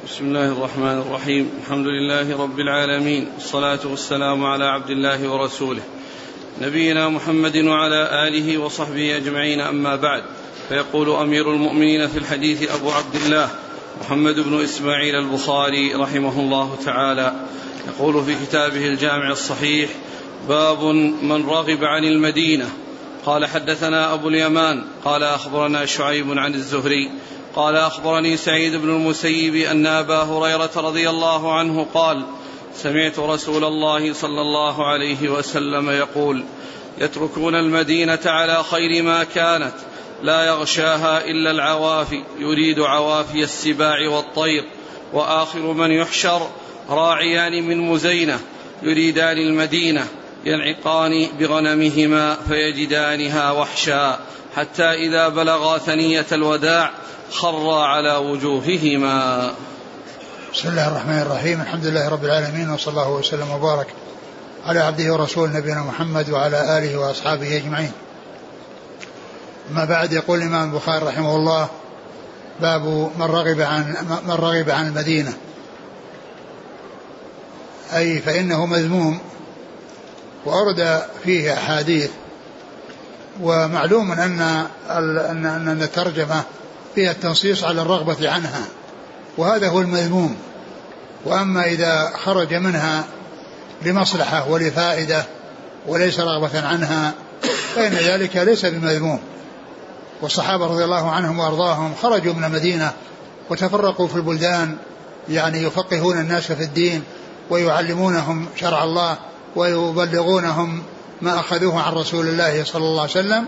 بسم الله الرحمن الرحيم. الحمد لله رب العالمين، والصلاة والسلام على عبد الله ورسوله نبينا محمد وعلى آله وصحبه أجمعين، أما بعد. فيقول أمير المؤمنين في الحديث أبو عبد الله محمد بن إسماعيل البخاري رحمه الله تعالى، يقول في كتابه الجامع الصحيح: باب من رغب عن المدينة. قال: حدثنا أبو اليمان قال: أخبرنا شعيب عن الزهري قال: أخبرني سعيد بن المسيب أن أبا هريرة رضي الله عنه قال: سمعت رسول الله صلى الله عليه وسلم يقول: يتركون المدينة على خير ما كانت، لا يغشاها إلا العوافي، يريد عوافي السباع والطير، وآخر من يحشر راعيان من مزينة يريدان المدينة، ينعقان بغنمهما فيجدانها وحشا، حتى إذا بلغا ثنية الوداع خرا على وجوههما. بسم الله الرحمن الرحيم. الحمد لله رب العالمين، وصلى الله وسلم وبارك على عبده ورسوله نبينا محمد وعلى آله وأصحابه أجمعين. ما بعد، يقول الإمام البخاري رحمه الله: باب من رغب عن المدينة، أي فإنه مذموم، وأورد فيه أحاديث. ومعلوم أن الترجمة فيها التنصيص على الرغبة عنها، وهذا هو المذموم. وأما إذا خرج منها لمصلحة ولفائدة وليس رغبة عنها فإن ذلك ليس بمذموم. والصحابة رضي الله عنهم وأرضاهم خرجوا من المدينة وتفرقوا في البلدان، يعني يفقهون الناس في الدين ويعلمونهم شرع الله ويبلغونهم ما أخذوه عن رسول الله صلى الله عليه وسلم.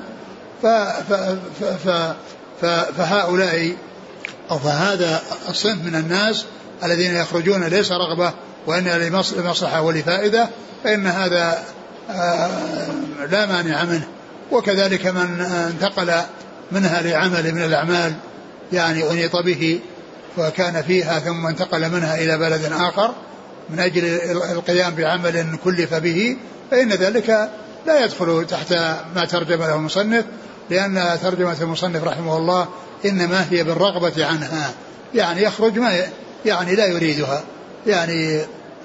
فهؤلاء أو فهذا الصنف من الناس الذين يخرجون ليس رغبة وإن لمصلحة ولفائدة، فإن هذا لا مانع منه. وكذلك من انتقل منها لعمل من الأعمال، يعني أنيط به وكان فيها ثم انتقل منها إلى بلد آخر من أجل القيام بعمل كلف به، فإن ذلك لا يدخل تحت ما ترجم له المصنف، لأن ترجمة المصنف رحمه الله إنما هي بالرغبة عنها، يعني يخرج ما يعني لا يريدها، يعني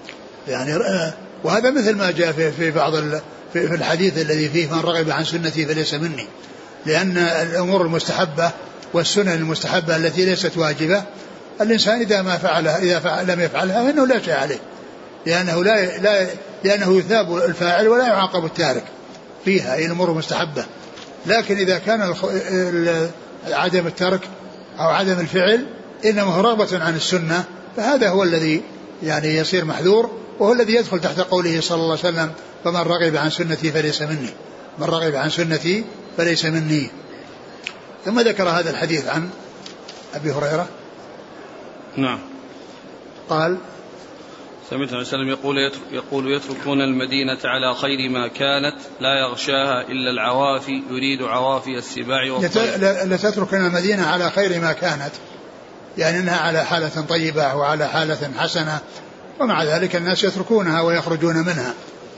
وهذا مثل ما جاء في بعض في الحديث الذي فيه: من رغب عن سنتي فليس مني. لأن الأمور المستحبة والسنن المستحبة التي ليست واجبة، الإنسان إذا ما فعلها لم يفعلها فإنه لا شيء عليه، لأنه يثاب الفاعل ولا يعاقب التارك فيها، أي الأمور المستحبة. لكن إذا كان عدم الترك أو عدم الفعل إنما هو رغبة عن السنة، فهذا هو الذي يعني يصير محذور، وهو الذي يدخل تحت قوله صلى الله عليه وسلم: فمن رغب عن سنتي فليس مني، من رغب عن سنتي فليس مني. ثم ذكر هذا الحديث عن أبي هريرة. نعم. قال: سمعت النبي صلى الله عليه وسلم يقول: يتركون المدينة على خير ما كانت، لا يغشاها إلا العوافي، يريد عوافي السباع والطير. لتتركون المدينة على خير ما كانت، يعني أنها على حالة طيبة وعلى حالة حسنة، ومع ذلك الناس يتركونها ويخرجون منها،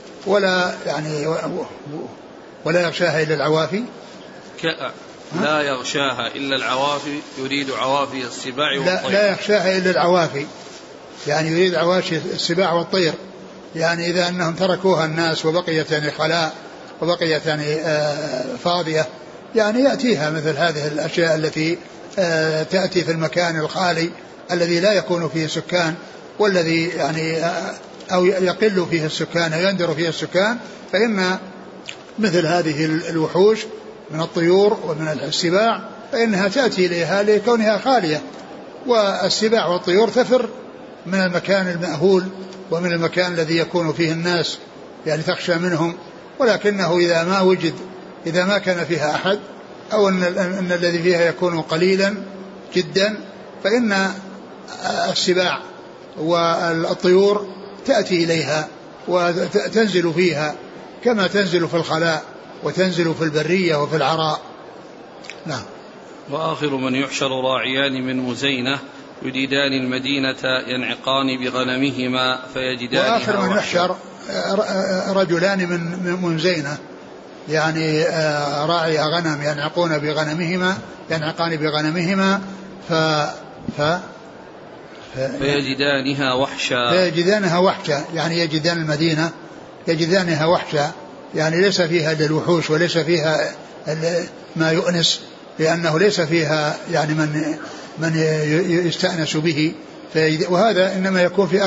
ولا يغشاها إلا العوافي. لا يغشاها إلا العوافي، يريد عوافي السباع والطير. لا يغشاها إلا العوافي، يعني يريد عوافي السباع والطير، يعني إذا أنهم تركوها الناس وبقيت يعني خلاء وبقيت يعني فاضية، يعني يأتيها مثل هذه الأشياء التي تأتي في المكان الخالي الذي لا يكون فيه سكان، والذي يعني أو يقل فيه السكان أو يندر فيه السكان، فإن مثل هذه الوحوش من الطيور ومن السباع فإنها تأتي إليها لكونها خالية. والسباع والطيور تفر من المكان المأهول ومن المكان الذي يكون فيه الناس، يعني تخشى منهم. ولكنه إذا ما كان فيها أحد أو أن الذي فيها يكون قليلا جدا، فإن السباع والطيور تأتي إليها وتنزل فيها كما تنزل في الخلاء وتنزل في البرية وفي العراء. نعم. وآخر من يحشر راعيان من مزينة يريدان المدينة، ينعقان بغنمهما فيجدانها. وآخر من يحشر رجلان من مزينة، يعني راعي غنم ينعقان بغنمهما فيجدانها وحشا يعني يجدان المدينة يجدانها وحشا، يعني ليس فيها إلا الوحوش وليس فيها ما يؤنس، لأنه ليس فيها يعني من يستأنس به. وهذا إنما يكون في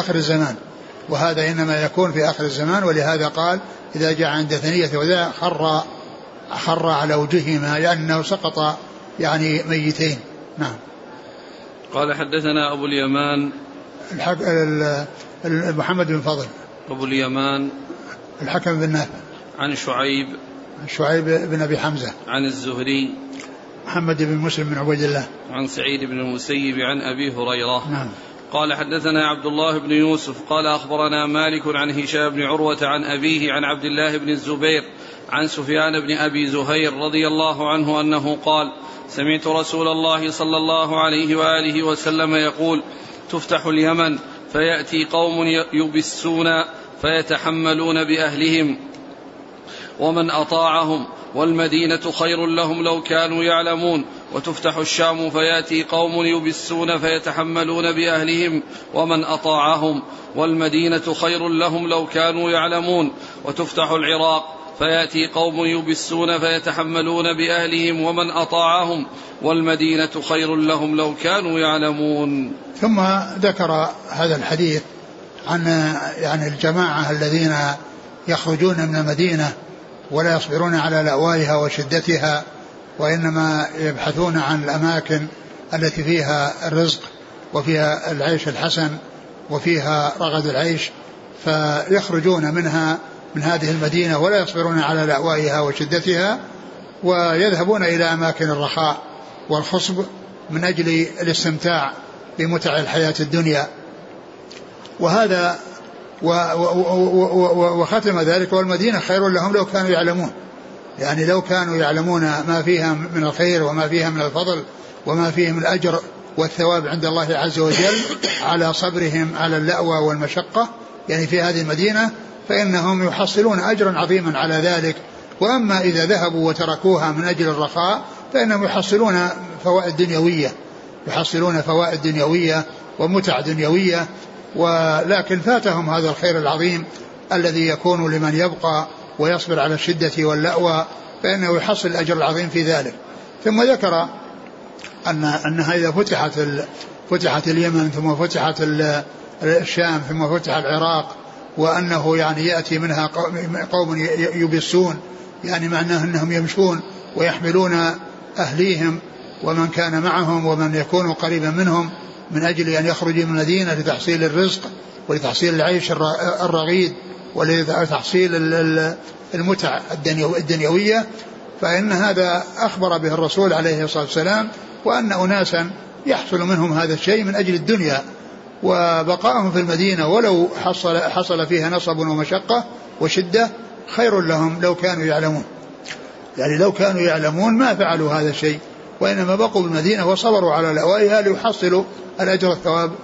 آخر الزمان، ولهذا قال إذا جاء عند ثنية وذا خر على وجوههما لأنه سقط يعني ميتين. نعم. قال حدثنا أبو اليمان محمد بن فضل أبو اليمان الحكم بن نافع عن شعيب بن أبي حمزة عن الزهري محمد بن مسلم بن عبيد الله عن سعيد بن المسيب عن أبي هريرة. نعم. قال حدثنا عبد الله بن يوسف قال أخبرنا مالك عن هشام بن عروة عن أبيه عن عبد الله بن الزبير عن سفيان بن أبي زهير رضي الله عنه أنه قال سمعت رسول الله صلى الله عليه وآله وسلم يقول تفتح اليمن فيأتي قوم يبسون فيتحملون بأهلهم ومن أطاعهم والمدينة خير لهم لو كانوا يعلمون. وتفتح الشام فيأتي قوم يبسون فيتحملون بأهلهم ومن أطاعهم والمدينة خير لهم لو كانوا يعلمون. وتفتح العراق فيأتي قوم يبسون فيتحملون بأهلهم ومن أطاعهم والمدينة خير لهم لو كانوا يعلمون. ثم ذكر هذا الحديث عن يعني الجماعة الذين يخرجون من المدينة ولا يصبرون على لأوائها وشدتها، وإنما يبحثون عن الأماكن التي فيها الرزق وفيها العيش الحسن وفيها رغد العيش، فيخرجون منها من هذه المدينة ولا يصبرون على لأوائها وشدتها، ويذهبون إلى أماكن الرخاء والخصب من أجل الاستمتاع بمتع الحياة الدنيا. وهذا وختم ذلك والمدينة خير لهم لو كانوا يعلمون، يعني لو كانوا يعلمون ما فيها من الخير وما فيها من الفضل وما فيه من الأجر والثواب عند الله عز وجل على صبرهم على اللأوى والمشقة يعني في هذه المدينة، فإنهم يحصلون أجرا عظيما على ذلك. وأما إذا ذهبوا وتركوها من أجل الرخاء فإنهم يحصلون فوائد دنيوية ومتع دنيوية، ولكن فاتهم هذا الخير العظيم الذي يكون لمن يبقى ويصبر على الشدة واللأوى، فإنه يحصل الأجر العظيم في ذلك. ثم ذكر أنها إذا فتحت اليمن ثم فتحت الشام ثم فتح العراق، وأنه يعني يأتي منها قوم يبسون، يعني معناه أنهم يمشون ويحملون أهليهم ومن كان معهم ومن يكون قريبا منهم من أجل أن يخرجوا من المدينة لتحصيل الرزق ولتحصيل العيش الرغيد ولتحصيل المتع الدنيوية. فإن هذا أخبر به الرسول عليه الصلاة والسلام، وأن أناسا يحصل منهم هذا الشيء من أجل الدنيا، وبقائهم في المدينة ولو حصل فيها نصب ومشقة وشدة خير لهم لو كانوا يعلمون. يعني لو كانوا يعلمون ما فعلوا هذا الشيء، وإنما بقوا بالمدينة وصبروا على لأوائها ليحصلوا الأجر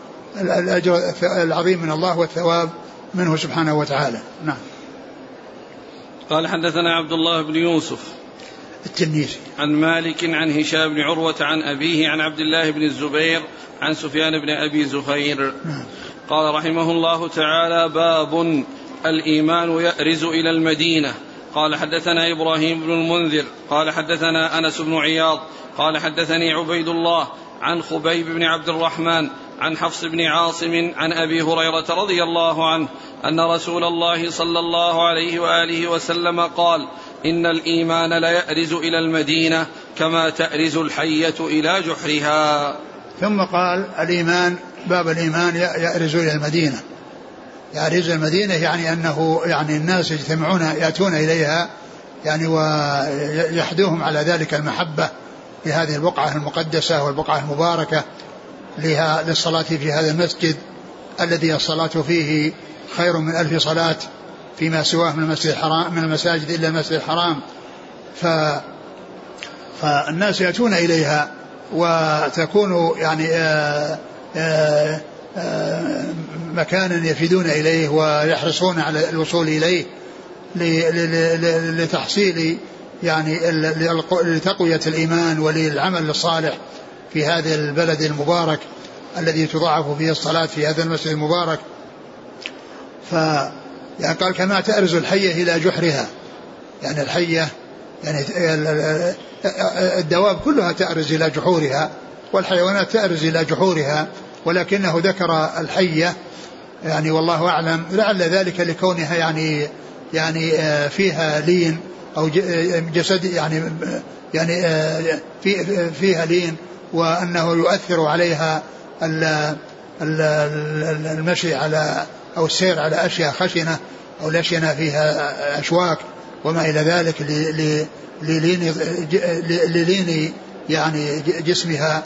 العظيم من الله والثواب منه سبحانه وتعالى. نعم. قال حدثنا عبد الله بن يوسف التنيسي عن مالك عن هشام بن عروة عن أبيه عن عبد الله بن الزبير عن سفيان بن أبي زهير. نعم. قال رحمه الله تعالى باب الإيمان يأرز إلى المدينة. قال حدثنا إبراهيم بن المنذر قال حدثنا أنس بن عياض قال حدثني عبيد الله عن خبيب بن عبد الرحمن عن حفص بن عاصم عن أبي هريرة رضي الله عنه أن رسول الله صلى الله عليه وآله وسلم قال إن الإيمان ليأرز إلى المدينة كما تأرز الحية إلى جحرها. ثم قال الإيمان باب الإيمان يأرز إلى المدينة. يأرز المدينة يعني أنه يعني الناس يجتمعون يأتون إليها يعني ويحدوهم على ذلك المحبة لهذه البقعة المقدسة والبقعة المباركة للصلاة في هذا المسجد الذي الصلاة فيه خير من 1000 صلاة فيما سواه من المسجد الحرام من المساجد إلا المسجد الحرام. فالناس يأتون إليها وتكون يعني مكانا يفيدون إليه ويحرصون على الوصول إليه لتحصيل يعني لتقوية الإيمان وللعمل الصالح في هذا البلد المبارك الذي تضاعف فيه الصلاة في هذا المسجد المبارك. يعني قال كما تأرز الحية إلى جحرها، يعني الحية يعني الدواب كلها تأرز إلى جحورها والحيوانات تأرز إلى جحورها، ولكنه ذكر الحية يعني والله أعلم، لعل ذلك لكونها يعني فيها لين أو جسد يعني فيها لين، وأنه يؤثر عليها المشي على أو السير على أشياء خشنة أو الأشياء فيها أشواك وما إلى ذلك للين يعني جسمها،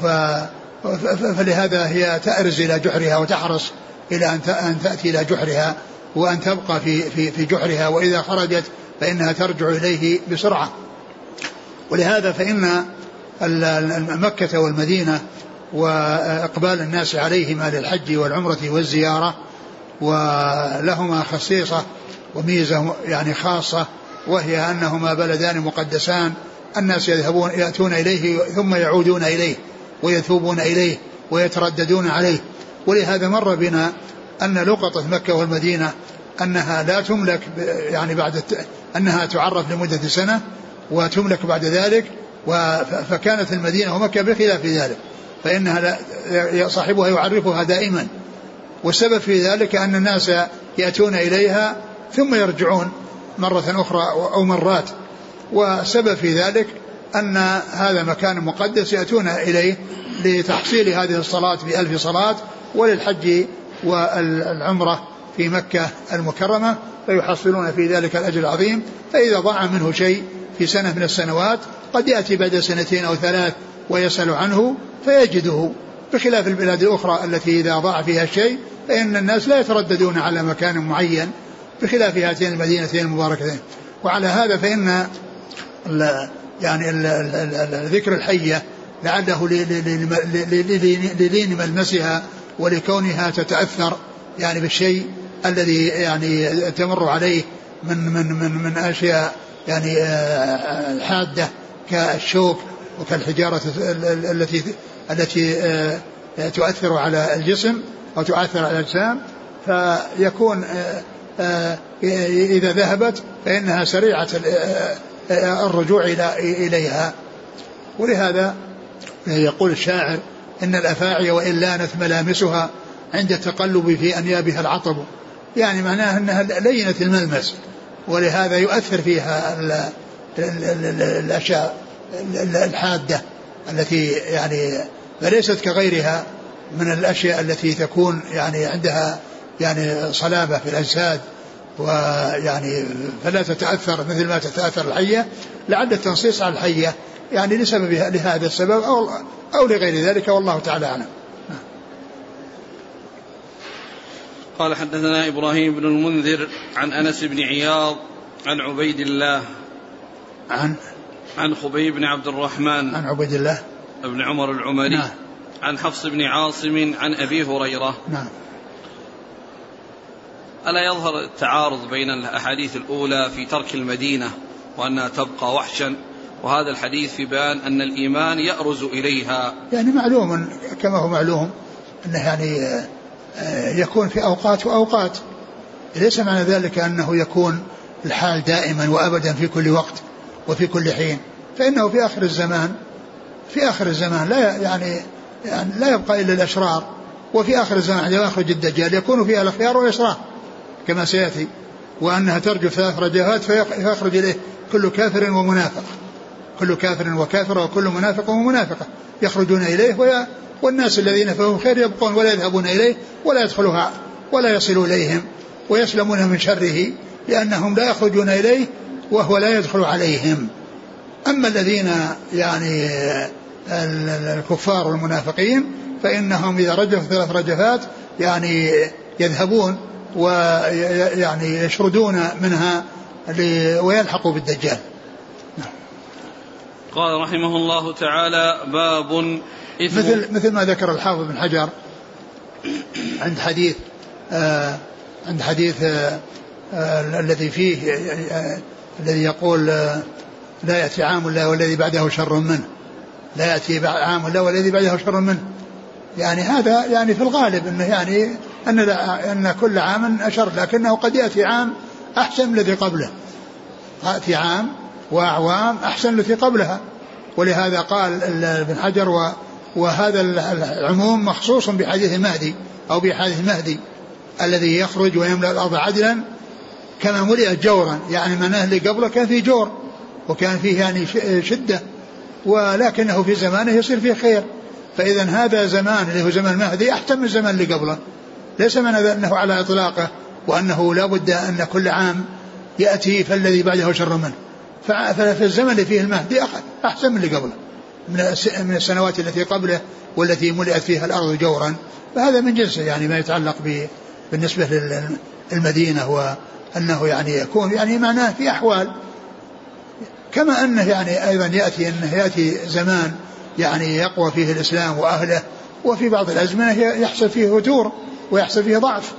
فلهذا هي تأرز إلى جحرها وتحرص إلى أن تأتي إلى جحرها وأن تبقى في جحرها، وإذا خرجت فإنها ترجع إليه بسرعة. ولهذا فإن مكة والمدينة وإقبال الناس عليهما للحج والعمرة والزيارة ولهما خصيصة وميزة يعني خاصة، وهي أنهما بلدان مقدسان الناس يأتون إليه ثم يعودون إليه ويثوبون إليه ويترددون عليه. ولهذا مر بنا أن لقطة مكة والمدينة أنها لا تملك يعني أنها تعرف لمدة سنة وتملك بعد ذلك، فكانت المدينة ومكة بخلاف ذلك، فإنها صاحبها يعرفها دائما، والسبب في ذلك أن الناس يأتون إليها ثم يرجعون مرة أخرى أو مرات، والسبب في ذلك أن هذا مكان مقدس يأتون إليه لتحصيل هذه الصلاة ب1000 صلاة وللحج والعمرة في مكة المكرمة، فيحصلون في ذلك الأجر العظيم. فإذا ضاع منه شيء في سنة من السنوات قد يأتي بعد 2 أو 3 ويسأل عنه فيجده، بخلاف البلاد الأخرى التي إذا ضاع فيها الشيء فإن الناس لا يترددون على مكان معين بخلاف هاتين المدينتين المباركتين. وعلى هذا فإن يعني ذكر الحية لعله للين ملمسها ولكونها تتأثر يعني بالشيء الذي يعني تمر عليه من أشياء يعني حادة كالشوك وكالحجارة التي تؤثر على الجسم أو تؤثر على الأجسام، فيكون إذا ذهبت فإنها سريعة الرجوع إليها. ولهذا يقول الشاعر إن الأفاعي وإن لانت ملامسها عند التقلب في أنيابها العطب، يعني معناها أنها لينة الملمس، ولهذا يؤثر فيها الأشياء الحادة التي يعني فليست كغيرها من الأشياء التي تكون يعني عندها يعني صلابة في الأجساد، ويعني فلا تتأثر مثل ما تتأثر الحية، لعل التنصيص على الحية يعني لهذا السبب أو لغير ذلك، والله تعالى أعلم. قال حدثنا إبراهيم بن المنذر عن أنس بن عياض عن عبيد الله عن خبيب بن عبد الرحمن عن عبيد الله بن عمر العمري نعم. عن حفص بن عاصم عن أبي هريرة نعم. ألا يظهر التعارض بين الأحاديث الأولى في ترك المدينة وأنها تبقى وحشا، وهذا الحديث في بيان أن الإيمان يأرز إليها؟ يعني معلوم كما هو معلوم أنه يعني يكون في أوقات وأوقات، ليس معنى ذلك أنه يكون الحال دائما وأبدا في كل وقت وفي كل حين، فإنه في آخر الزمان لا يعني لا يبقى إلا الأشرار، وفي آخر الزمان عندما يخرج الدجال يكون فيها الأخيار والأشرار كما سيأتي، وأنها ترجف 3 رجفات فيخرج إليه كل كافر ومنافق، كل كافر وكافر وكل منافق ومنافقة يخرجون إليه، والناس الذين فيهم خير يبقون ولا يذهبون إليه ولا يدخلها ولا يصلوا إليهم ويسلمون من شره، لأنهم لا يخرجون إليه وهو لا يدخل عليهم. أما الذين يعني الكفار والمنافقين فإنهم إذا رجفوا 3 رجفات يعني يذهبون ويعني يشردون منها ويلحقوا بالدجال. قال رحمه الله تعالى باب مثل ما ذكر الحافظ بن حجر عند حديث الذي فيه الذي يقول لا يأتي عام الله والذي بعده شر منه، لا يأتي عام الله والذي بعده شر منه، يعني هذا يعني في الغالب أنه يعني أن كل عام أشر، لكنه قد يأتي عام أحسن الذي قبله، يأتي عام وأعوام أحسن التي قبلها. ولهذا قال ابن حجر وهذا العموم مخصوص بحديث المهدي أو بحديث المهدي الذي يخرج ويملأ الأرض عدلا كما ملئت جورا، يعني مناه اللي قبله كان فيه جور وكان فيه يعني شدة، ولكنه في زمانه يصير فيه خير. فإذا هذا زمان اللي هو زمان المهدي أحسن من الزمان اللي قبله، ليس معنى أنه على إطلاقه وأنه لا بد أن كل عام يأتي فالذي بعده شر منه. ففي الزمن اللي فيه المهدي أحسن من اللي قبله من السنوات التي قبله والتي ملئت فيها الأرض جورا. فهذا من جنسه يعني ما يتعلق بالنسبة للمدينة، وأنه يعني يكون يعني معناه في أحوال، كما أنه يعني أيضا يأتي زمان يعني يقوى فيه الإسلام وأهله، وفي بعض الأزمنة يحصل فيه هجور ويحصل فيه ضعف.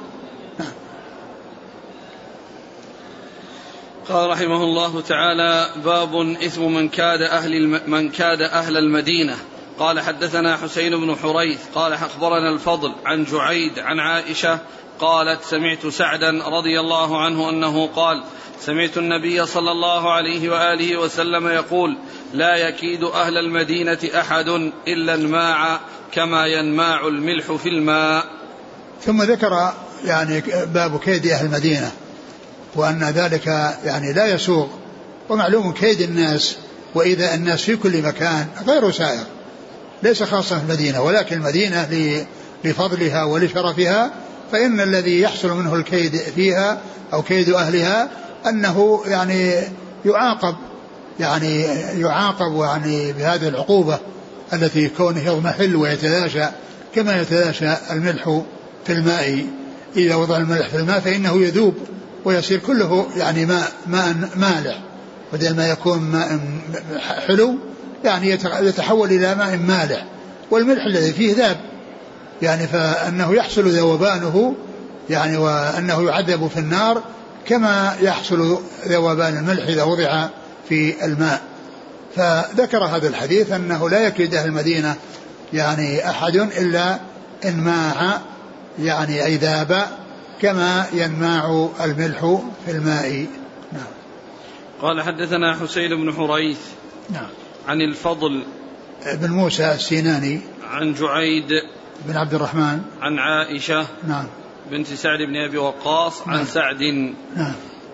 قال رحمه الله تعالى: باب إثم من كاد أهل المدينة. قال حدثنا حسين بن حريث قال أخبرنا الفضل عن جعيد عن عائشة قالت: سمعت سعدا رضي الله عنه أنه قال: سمعت النبي صلى الله عليه وآله وسلم يقول: لا يكيد أهل المدينة أحد إلا الماع كما ينماع الملح في الماء. ثم ذكر يعني باب كيد أهل المدينة، وأن ذلك يعني لا يسوغ، ومعلوم كيد الناس وإذا الناس في كل مكان غير سائر، ليس خاصة في المدينة، ولكن المدينة لفضلها ولشرفها، فإن الذي يحصل منه الكيد فيها أو كيد أهلها أنه يعني يعاقب يعني بهذه العقوبة التي كونه يضمحل ويتلاشى كما يتلاشى الملح في الماء. إذا وضع الملح في الماء فإنه يذوب ويصير كله يعني ماء مالح، بدل ما يكون ماء حلو يعني يتحول إلى ماء مالح، والملح الذي فيه ذاب يعني، فأنه يحصل ذوبانه يعني، وأنه يعذب في النار كما يحصل ذوبان الملح إذا وضع في الماء. فذكر هذا الحديث أنه لا يكيد أهل المدينة يعني أحد إلا إنماع يعني أي ذاب كما ينماع الملح في الماء. نعم. قال حدثنا حسين بن حريث نعم عن الفضل بن موسى السيناني عن جعيد بن عبد الرحمن عن عائشة نعم بنت سعد بن أبي وقاص عن نعم. سعد. نعم.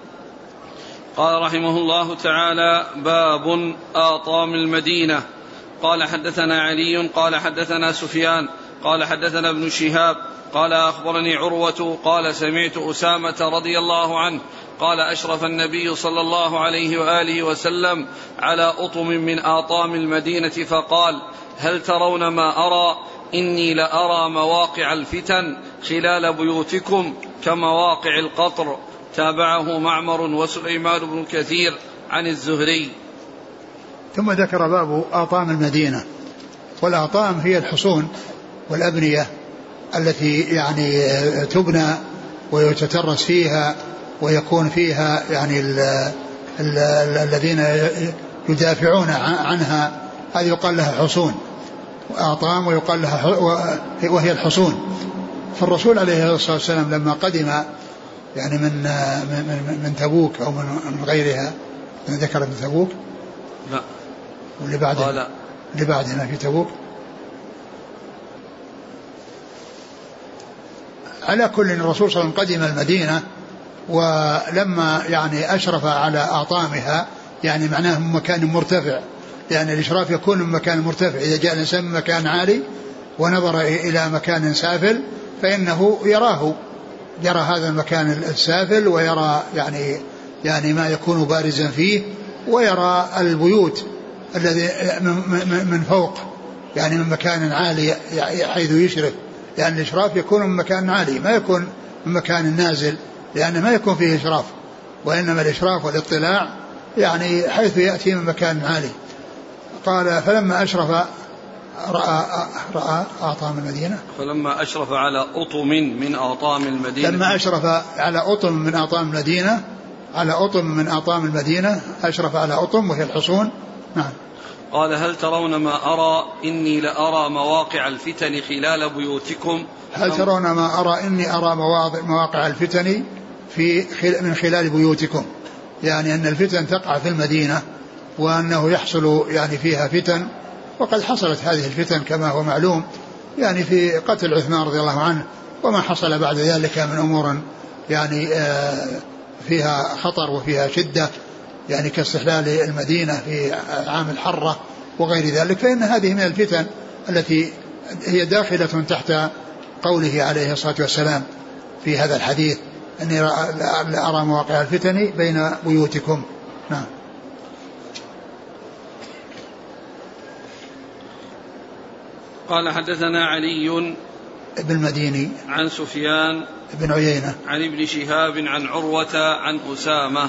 قال رحمه الله تعالى: باب آطام المدينة. قال حدثنا علي قال حدثنا سفيان قال حدثنا ابن شهاب قال أخبرني عروة قال: سمعت أسامة رضي الله عنه قال: أشرف النبي صلى الله عليه وآله وسلم على أطم من آطام المدينة فقال: هل ترون ما أرى؟ إني لأرى مواقع الفتن خلال بيوتكم كمواقع القطر. تابعه معمر وسليمان بن كثير عن الزهري. ثم ذكر باب آطام المدينة. والآطام هي الحصون والأبنية التي يعني تبنى ويتترس فيها ويكون فيها يعني الذين يدافعون عنها، هذه يقال لها حصون وآطام ويقال لها وهي الحصون. فالرسول عليه الصلاة والسلام لما قدم يعني من تبوك أو من غيرها، ذكر من تبوك لا واللي بعدها في تبوك. على كل الرسول صلى الله عليه وسلم قدم المدينة، ولما يعني أشرف على أعطامها يعني معناه من مكان مرتفع، يعني الإشراف يكون من مكان مرتفع. إذا جاء الإنسان من مكان عالي ونظر إلى مكان سافل فإنه يرى هذا المكان السافل، ويرى يعني ما يكون بارزا فيه، ويرى البيوت الذي من فوق يعني من مكان عالي حيث يشرف، لأن يعني الإشراف يكون من مكان عالي ما يكون من مكان نازل، لأنه ما يكون فيه إشراف، وإنما الإشراف والاطلاع يعني حيث يأتي من مكان عالي. قال: فلما أشرف رأى أعطام المدينة، فلما أشرف على أطم من أعطام المدينة، لما أشرف على أطم من أعطام المدينة، على أطم من أعطام المدينة، أشرف على أطم وهي الحصون. نعم. قال هل ترون ما أرى إني لأرى مواقع الفتن خلال بيوتكم. هل ترون ما أرى إني أرى مواقع الفتن من خلال بيوتكم، يعني أن الفتن تقع في المدينة وأنه يحصل يعني فيها فتن، وقد حصلت هذه الفتن كما هو معلوم يعني في قتل عثمان رضي الله عنه وما حصل بعد ذلك من أمور يعني فيها خطر وفيها شدة، يعني كاستحلال المدينة في عام الحرة وغير ذلك. فإن هذه من الفتن التي هي داخلة تحت قوله عليه الصلاة والسلام في هذا الحديث أني أرى مواقع الفتن بين بيوتكم. نعم. قال حدثنا علي بن المديني عن سفيان بن عيينة عن ابن شهاب عن عروة عن أسامة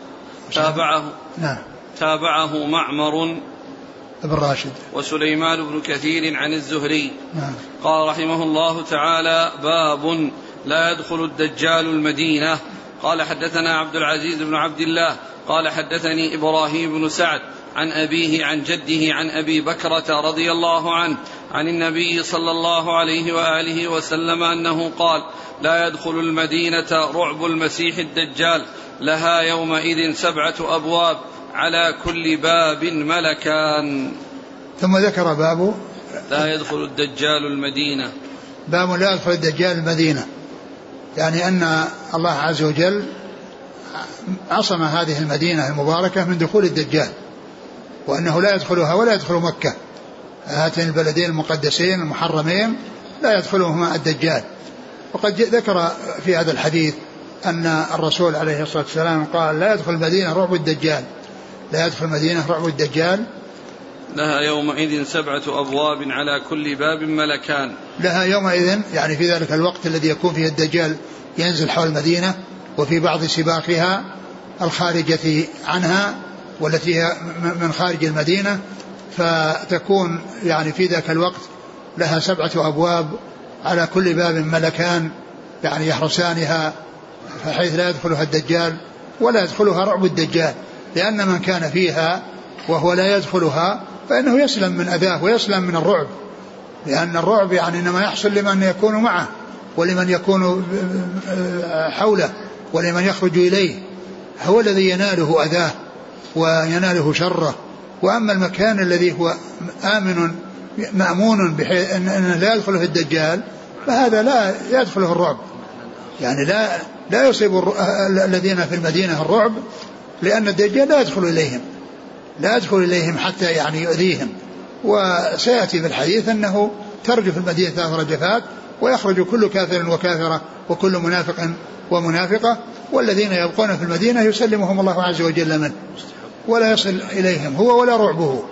تابعه معمر بن راشد وسليمان بن كثير عن الزهري. نعم. قال رحمه الله تعالى باب لا يدخل الدجال المدينة. قال حدثنا عبد العزيز بن عبد الله قال حدثني إبراهيم بن سعد عن أبيه عن جده عن أبي بكرة رضي الله عنه عن النبي صلى الله عليه وآله وسلم أنه قال لا يدخل المدينة رعب المسيح الدجال لها يومئذ 7 أبواب على كل باب ملكان. ثم ذكر باب لا يدخل الدجال المدينة، باب لا يدخل الدجال المدينة، يعني أن الله عز وجل عصم هذه المدينة المباركة من دخول الدجال، وأنه لا يدخلها ولا يدخل مكة، هاتين البلدين المقدسين المحرمين لا يدخلهما الدجال. وقد ذكر في هذا الحديث أن الرسول عليه الصلاة والسلام قال لا يدخل المدينة رعب الدجال، لا يدخل المدينة رعب الدجال لها يومئذ 7 أبواب على كل باب ملكان. لها يومئذ يعني في ذلك الوقت الذي يكون فيه الدجال ينزل حول المدينة وفي بعض سباقها الخارجة عنها والتي هي من خارج المدينة، فتكون يعني في ذاك الوقت لها 7 أبواب على كل باب ملكان يعني يحرسانها، بحيث لا يدخلها الدجال ولا يدخلها رعب الدجال، لأن من كان فيها وهو لا يدخلها فإنه يسلم من أذاه ويسلم من الرعب، لأن الرعب يعني إنما يحصل لمن يكون معه ولمن يكون حوله ولمن يخرج إليه، هو الذي يناله أذاه ويناله شره. وأما المكان الذي هو آمن مأمون بحيث أنه لا يدخله الدجال فهذا لا يدخله الرعب، يعني لا يصيب الذين في المدينة الرعب، لأن الدجال لا يدخل إليهم حتى يعني يؤذيهم. وسيأتي في الحديث أنه ترجف المدينة 3 رجفات ويخرج كل كافر وكافرة وكل منافق ومنافقة، والذين يبقون في المدينة يسلمهم الله عز وجل منه ولا يصل إليهم هو ولا رعبه.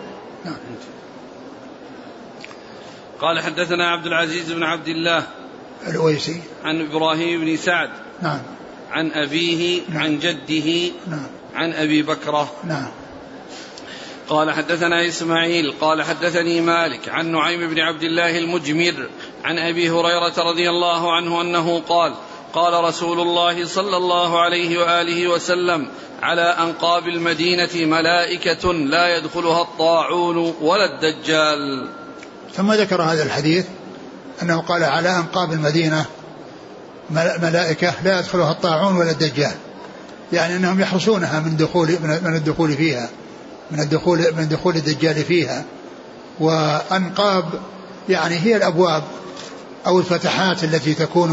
قال حدثنا عبد العزيز بن عبد الله الأويسي عن إبراهيم بن سعد نعم عن أبيه نعم عن جده نعم عن أبي بكرة نعم. قال حدثنا إسماعيل قال حدثني مالك عن نعيم بن عبد الله المجمر عن أبي هريرة رضي الله عنه أنه قال قال رسول الله صلى الله عليه وآله وسلم على أنقاب المدينة ملائكة لا يدخلها الطاعون ولا الدجال. ثم ذكر هذا الحديث أنه قال على أنقاب المدينة ملائكة لا يدخلها الطاعون ولا الدجال، يعني أنهم يحرسونها من الدخول فيها، من دخول الدجال فيها. وأنقاب يعني هي الأبواب أو الفتحات التي تكون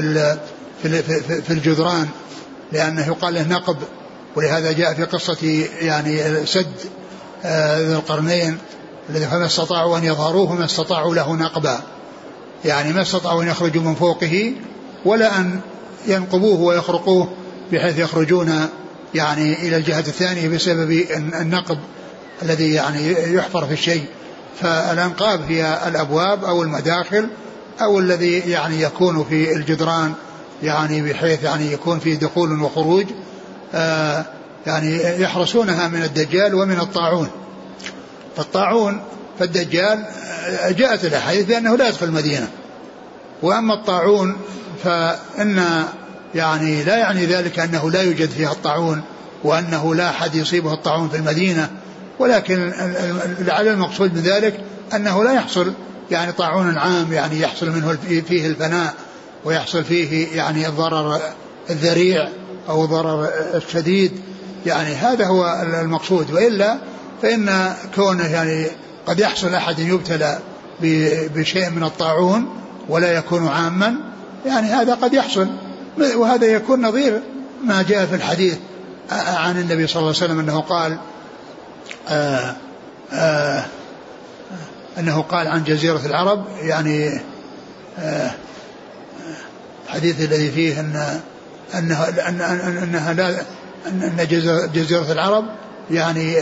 في الجدران، لأنه يقال له نقب، ولهذا جاء في قصة يعني سد ذي القرنين الذي فما استطاعوا أن يظهروه وما استطاعوا له نقبا، يعني ما استطاعوا أن يخرجوا من فوقه ولا أن ينقبوه ويخرقوه بحيث يخرجون يعني إلى الجهة الثانية بسبب النقب الذي يعني يحفر في الشيء. فالأنقاب هي الأبواب أو المداخل أو الذي يعني يكون في الجدران، يعني بحيث يعني يكون فيه دخول وخروج، يعني يحرسونها من الدجال ومن الطاعون. فالطاعون فالدجال جاءت الأحاديث بأنه لا يدخل المدينة، وأما الطاعون فإن يعني لا يعني ذلك أنه لا يوجد فيها الطاعون وأنه لا أحد يصيبه الطاعون في المدينة، ولكن لعل المقصود من ذلك أنه لا يحصل يعني طاعون عام يعني يحصل منه فيه الفناء ويحصل فيه يعني الضرر الذريع أو الضرر الشديد، يعني هذا هو المقصود. وإلا فإن كونه يعني قد يحصل أحد يبتلى بشيء من الطاعون ولا يكون عاما، يعني هذا قد يحصل، وهذا يكون نظير ما جاء في الحديث عن النبي صلى الله عليه وسلم أنه قال عن جزيرة العرب، يعني حديث الذي فيه أنها لا أن جزيرة العرب يعني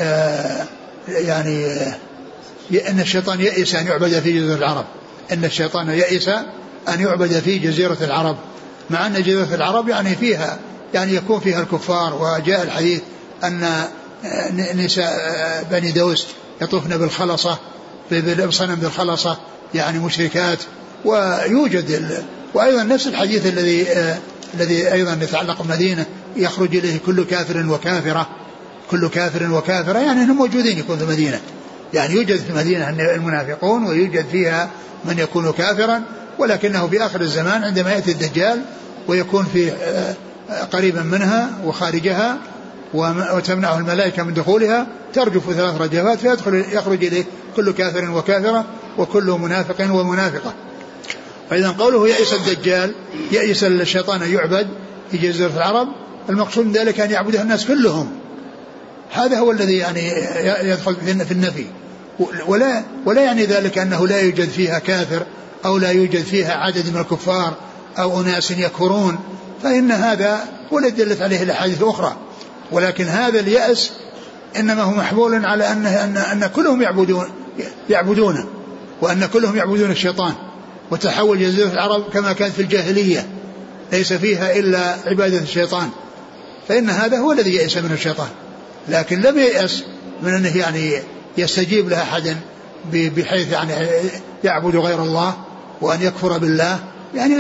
أن الشيطان يئس أن يعبد في جزيرة العرب، أن الشيطان يئس أن يعبد في جزيرة العرب، مع أن جزيرة العرب يعني فيها يعني يكون فيها الكفار. وجاء الحديث أن نساء بني دوس يطوفن بالخلصة بصنم بالخلصة يعني مشركات. ويوجد وأيضا نفس الحديث الذي أيضا يتعلق بالمدينة يخرج إليه كل كافر وكافرة، كل كافر وكافرة، يعني هم موجودين يكون في المدينة، يعني يوجد في المدينة المنافقون ويوجد فيها من يكون كافرا، ولكنه في آخر الزمان عندما يأتي الدجال ويكون في قريبا منها وخارجها وتمنعه الملائكة من دخولها ترجف 3 رجفات فيخرج إليه كل كافر وكافرة وكل منافق ومنافقة. فإذا قوله يئس الدجال يئس الشيطان أن يعبد في جزيرة العرب، المقصود من ذلك أن يعبدها الناس كلهم، هذا هو الذي يعني يدخل في النفي. ولا يعني ذلك أنه لا يوجد فيها كافر أو لا يوجد فيها عدد من الكفار أو أناس يكفرون، فإن هذا ولا دلت عليه الأحاديث الأخرى. ولكن هذا اليأس إنما هو محمول على أن كلهم يعبدونه وأن كلهم يعبدون الشيطان، وتحول جزيرة العرب كما كانت في الجاهلية ليس فيها إلا عبادة الشيطان، فإن هذا هو الذي يئس منه الشيطان. لكن لم ييأس من أنه يعني يستجيب لها أحد بحيث يعني يعبد غير الله وأن يكفر بالله، يعني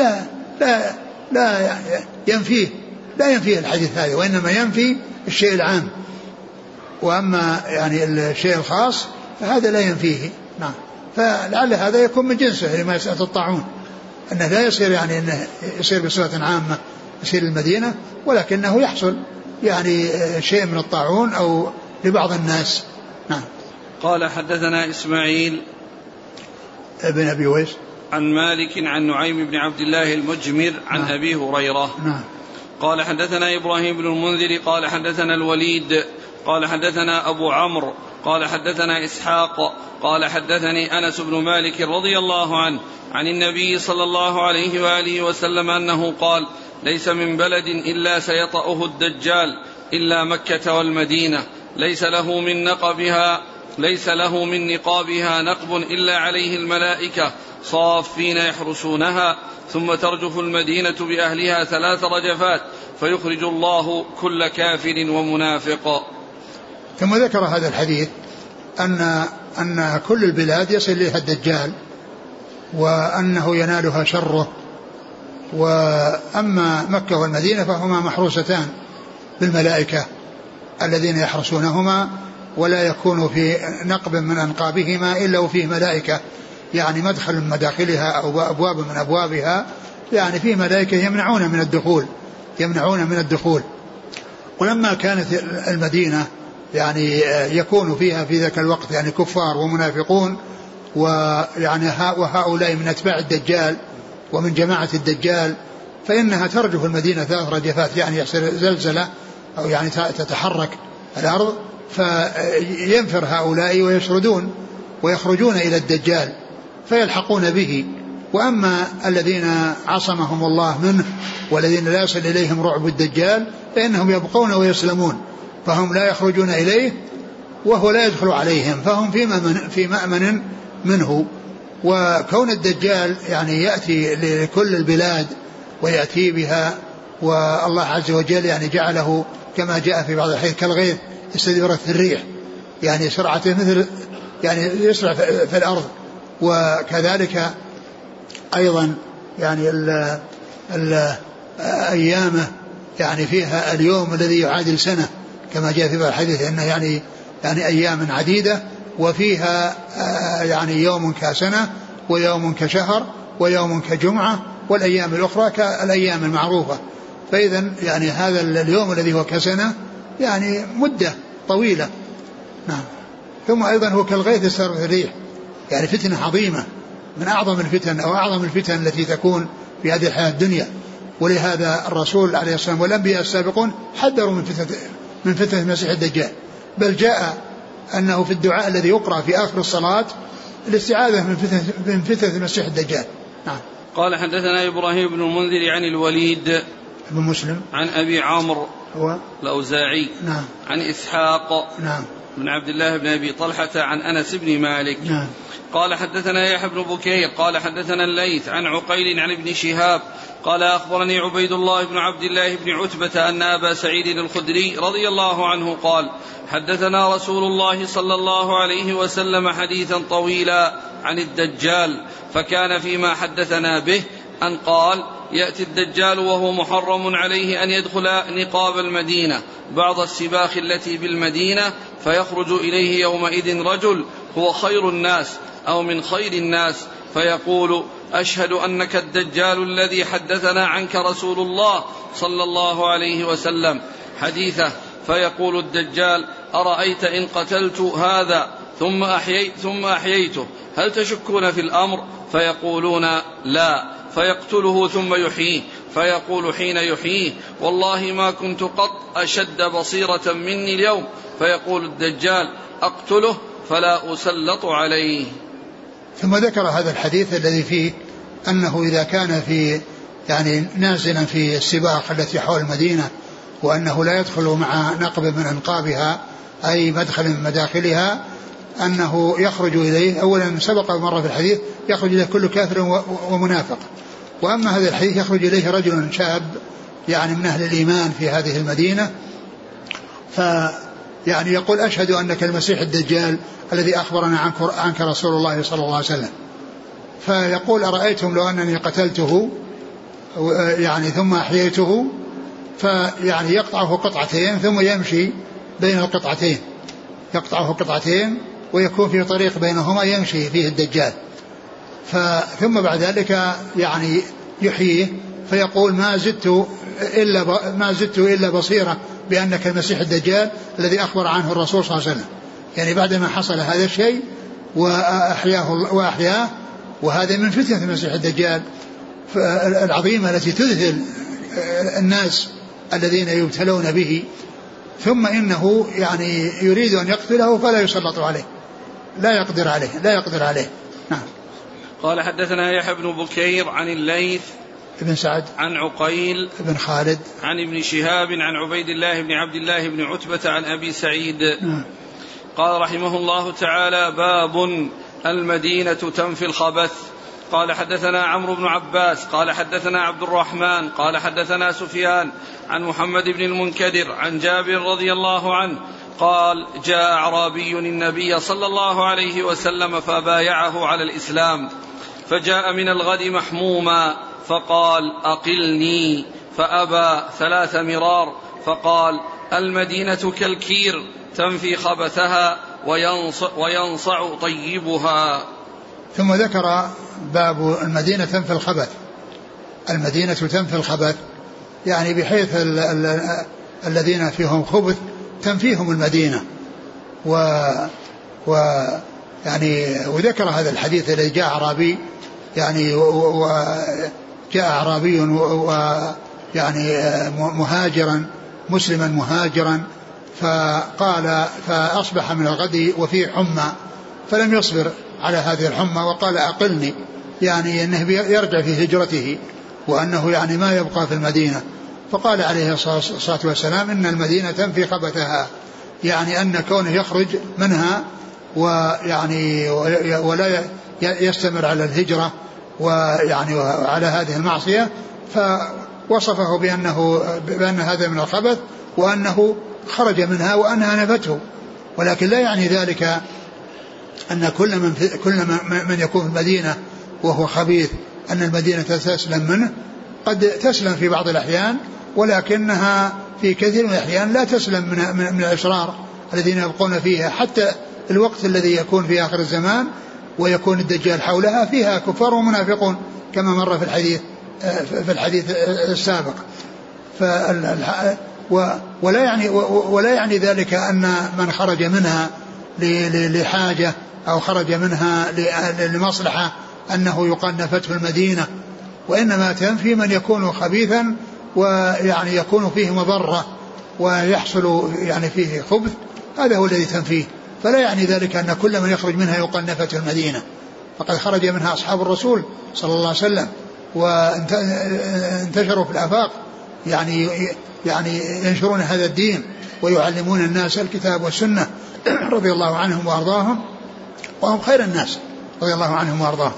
لا ينفيه الحديث هذا، وإنما ينفي الشيء العام، وأما يعني الشيء الخاص فهذا لا ينفيه. نعم. فلعل هذا يكون من جنسه لما يسأل الطاعون، أنه لا يصير يعني أنه يصير بصفة عامة يصير المدينة، ولكنه يحصل يعني شيء من الطاعون أو لبعض الناس. نعم. قال حدثنا إسماعيل ابن أبي ويس عن مالك عن نعيم بن عبد الله المجمر عن أبي هريرة. نعم. قال حدثنا إبراهيم بن المنذر قال حدثنا الوليد قال حدثنا أبو عمرو قال حدثنا إسحاق قال حدثني أنس بن مالك رضي الله عنه عن النبي صلى الله عليه وآله وسلم أنه قال: ليس من بلد إلا سيطأه الدجال إلا مكة والمدينة، ليس له من نقابها نقب إلا عليه الملائكة صافين يحرسونها، ثم ترجف المدينة بأهلها 3 رجفات فيخرج الله كل كافر ومنافق. ثم ذكر هذا الحديث أن كل البلاد يصل إليها الدجال وأنه ينالها شره، وأما مكة والمدينة فهما محروستان بالملائكة الذين يحرسونهما، ولا يكون في نقب من أنقابهما إلا وفيه ملائكة، يعني مدخل من مداخلها أو أبواب من أبوابها، يعني فيه ملائكة يمنعون من الدخول. ولما كانت المدينة يعني يكون فيها في ذاك الوقت يعني كفار ومنافقون، ويعني وهؤلاء من أتباع الدجال ومن جماعة الدجال، فإنها ترجف المدينة 3 رجفات، يعني يحصل زلزلة أو يعني تتحرك الأرض، فينفر هؤلاء ويشردون ويخرجون إلى الدجال فيلحقون به. وأما الذين عصمهم الله منه والذين لا يصل إليهم رعب الدجال فإنهم يبقون ويسلمون، فهم لا يخرجون إليه وهو لا يدخل عليهم، فهم في مأمن منه. وكون الدجال يعني يأتي لكل البلاد ويأتي بها، والله عز وجل يعني جعله كما جاء في بعض الحديث كالغيث استدبرت في الريح، يعني سرعته مثل يعني يسرع في الأرض. وكذلك أيضا يعني أيامه يعني فيها اليوم الذي يعادل سنة، كما جاء في بعض الحديث أنه يعني يعني أيام عديدة وفيها يعني يوم كسنة ويوم كشهر ويوم كجمعة والأيام الأخرى كالأيام المعروفة. فإذا يعني هذا اليوم الذي هو كسنة يعني مدة طويلة. نعم. ثم أيضا هو كالغيث السار في الريح، يعني فتنة عظيمة من أعظم الفتن أو أعظم الفتن التي تكون في هذه الحياة الدنيا. ولهذا الرسول عليه الصلاة والسلام والأنبياء السابقون حذروا من فتنة المسيح الدجال، بل جاء أنه في الدعاء الذي يقرأ في آخر الصلاة الاستعاذة من فتنة المسيح الدجال. نعم. قال حدثنا إبراهيم بن المنذر عن الوليد بن مسلم عن أبي عمرو الأوزاعي نعم. عن إسحاق نعم. بن عبد الله بن أبي طلحة عن أنس بن مالك نعم. قال حدثنا يحيى بن بكير قال حدثنا الليث عن عقيل عن ابن شهاب قال أخبرني عبيد الله بن عبد الله بن عتبة أن أبا سعيد الخدري رضي الله عنه قال حدثنا رسول الله صلى الله عليه وسلم حديثا طويلا عن الدجال، فكان فيما حدثنا به أن قال يأتي الدجال وهو محرم عليه أن يدخل نقاب المدينة بعض السباخ التي بالمدينة، فيخرج إليه يومئذ رجل هو خير الناس أو من خير الناس فيقول أشهد أنك الدجال الذي حدثنا عنك رسول الله صلى الله عليه وسلم حديثه، فيقول الدجال أرأيت إن قتلت هذا ثم أحييته هل تشكون في الأمر؟ فيقولون لا، فيقتله ثم يحييه، فيقول حين يحييه والله ما كنت قط أشد بصيرة مني اليوم، فيقول الدجال أقتله فلا أسلط عليه. ثم ذكر هذا الحديث الذي فيه أنه إذا كان في يعني نازلا في السباق التي حول المدينة وأنه لا يدخل مع نقب من أنقابها أي مدخل من مداخلها أنه يخرج إليه أولا سبق مرة في الحديث يخرج إليه كل كافر ومنافق، وأما هذا الحديث يخرج إليه رجل شاب يعني من أهل الإيمان في هذه المدينة، فيعني يقول أشهد أنك المسيح الدجال الذي أخبرنا عنك رسول الله صلى الله عليه وسلم، فيقول أرأيتم لو أنني قتلته يعني ثم أحييته، فيعني يقطعه قطعتين ثم يمشي بين القطعتين، يقطعه قطعتين ويكون في طريق بينهما يمشي فيه الدجال، ثم بعد ذلك يعني يحييه فيقول ما زدت إلا بصيرة بأنك المسيح الدجال الذي أخبر عنه الرسول صلى الله عليه وسلم. يعني بعدما حصل هذا الشيء وأحياه، وهذا من فتنة المسيح الدجال العظيمة التي تذهل الناس الذين يبتلون به، ثم إنه يعني يريد أن يقتله فلا يسلط عليه، لا يقدر عليه. نعم. قال حدثنا يحيى بن بكير عن الليث ابن سعد عن عقيل ابن خالد عن ابن شهاب عن عبيد الله بن عبد الله بن عتبة عن أبي سعيد قال رحمه الله تعالى باب المدينة تنفي الخبث. قال حدثنا عمرو بن عباس قال حدثنا عبد الرحمن قال حدثنا سفيان عن محمد بن المنكدر عن جابر رضي الله عنه قال جاء أعرابي النبي صلى الله عليه وسلم فبايعه على الإسلام، فجاء من الغد محموما فقال أقلني، فأبى 3 مرار، فقال المدينة كالكير تنفي خبثها وينصع طيبها. ثم ذكر باب المدينة تنفي الخبث. المدينة تنفي الخبث يعني بحيث الذين فيهم خبث تنفيهم المدينة، يعني وذكر هذا الحديث الذي جاء أعرابي يعني وجاء أعرابي يعني مهاجرا مسلما مهاجرا، فقال فأصبح من الغد وفيه حمى فلم يصبر على هذه الحمى وقال أقلني، يعني أنه يرجع في هجرته وأنه يعني ما يبقى في المدينة. فقال عليه الصلاة والسلام إن المدينة تنفي خبثها، يعني أن كونه يخرج منها ويعني ولا يستمر على الهجرة ويعني على هذه المعصية، فوصفه بأن هذا من الخبث وأنه خرج منها وأنها نفته، ولكن لا يعني ذلك أن كل من يكون في المدينة وهو خبيث أن المدينة تسلم منه. قد تسلم في بعض الأحيان ولكنها في كثير من الأحيان لا تسلم من الإشرار الذين يبقون فيها حتى الوقت الذي يكون في آخر الزمان ويكون الدجال حولها فيها كفار ومنافقون كما مر في الحديث السابق. ولا يعني ذلك أن من خرج منها لحاجة أو خرج منها لمصلحة أنه يقنفته المدينة، وإنما تنفي من يكون خبيثا ويعني يكون فيه مضرة ويحصل يعني فيه خبث، هذا هو الذي تنفيه. فلا يعني ذلك أن كل من يخرج منها يقنفته المدينة، فقد خرج منها أصحاب الرسول صلى الله عليه وسلم وانتشروا في الآفاق يعني ينشرون هذا الدين ويعلمون الناس الكتاب والسنة رضي الله عنهم وأرضاهم، وهم خير الناس رضي الله عنهم وأرضاهم.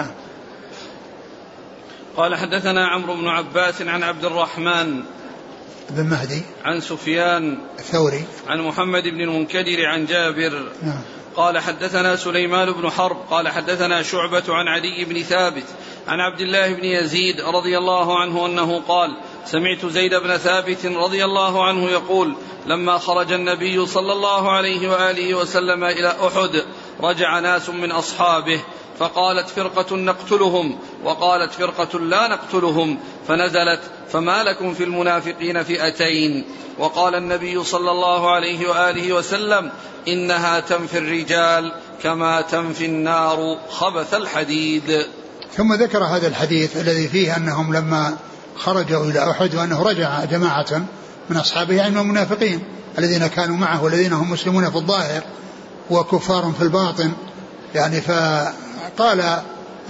قال حدثنا عمرو بن عباس عن عبد الرحمن بن مهدي عن سفيان الثوري عن محمد بن المنكدر عن جابر قال حدثنا سليمان بن حرب قال حدثنا شعبة عن عدي بن ثابت عن عبد الله بن يزيد رضي الله عنه أنه قال سمعت زيد بن ثابت رضي الله عنه يقول لما خرج النبي صلى الله عليه وآله وسلم إلى أحد رجع ناس من أصحابه فقالت فرقة نقتلهم وقالت فرقة لا نقتلهم، فنزلت فما لكم في المنافقين فئتين. وقال النبي صلى الله عليه وآله وسلم إنها تنفي الرجال كما تنفي النار خبث الحديد. ثم ذكر هذا الحديث الذي فيه أنهم لما خرجوا إلى أحد وأنه رجع جماعة من أصحابه يعني من المنافقين الذين كانوا معه والذين هم مسلمون في الظاهر وكفار في الباطن، يعني فقال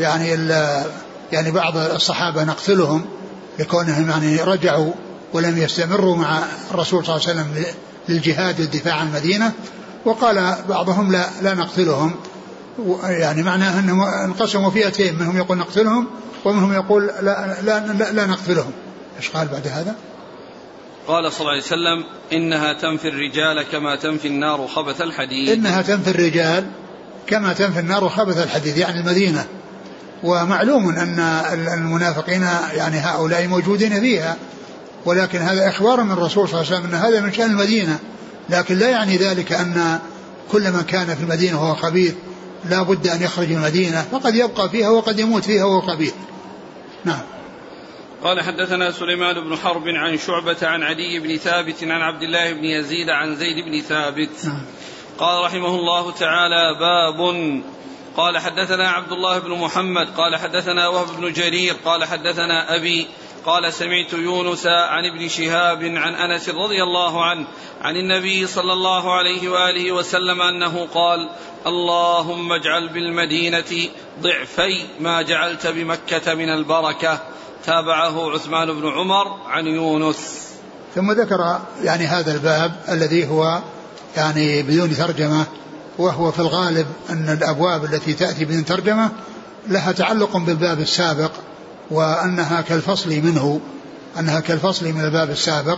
يعني بعض الصحابة نقتلهم لكونهم يعني رجعوا ولم يستمروا مع الرسول صلى الله عليه وسلم للجهاد والدفاع عن المدينة، وقال بعضهم لا نقتلهم، يعني معناه أنهم انقسموا فئتين، منهم يقول نقتلهم ومنهم يقول لا نقتلهم. ايش قال بعد هذا؟ قال صلى الله عليه وسلم إنها تنفي الرجال كما تنفي النار خبث الحديد. إنها تنفي الرجال كما تنفي النار خبث الحديد يعني المدينة، ومعلوم أن المنافقين يعني هؤلاء موجودين فيها، ولكن هذا إخبار من الرسول صلى الله عليه وسلم أن هذا من شأن المدينة، لكن لا يعني ذلك أن كل من كان في المدينة وهو خبيث لا بد أن يخرج من المدينة، فقد يبقى فيها وقد يموت فيها وهو خبيث. نعم. قال حدثنا سليمان بن حرب عن شعبة عن عدي بن ثابت عن عبد الله بن يزيد عن زيد بن ثابت. نعم. قال رحمه الله تعالى باب. قال حدثنا عبد الله بن محمد قال حدثنا وهب بن جرير قال حدثنا أبي قال سمعت يونس عن ابن شهاب عن أنس رضي الله عنه عن النبي صلى الله عليه وآله وسلم أنه قال اللهم اجعل بالمدينة ضعفي ما جعلت بمكة من البركة. تابعه عثمان بن عمر عن يونس. ثم ذكر يعني هذا الباب الذي هو يعني بدون ترجمة، وهو في الغالب أن الأبواب التي تأتي بدون ترجمة لها تعلق بالباب السابق، وأنها كالفصل منه، أنها كالفصل من الباب السابق.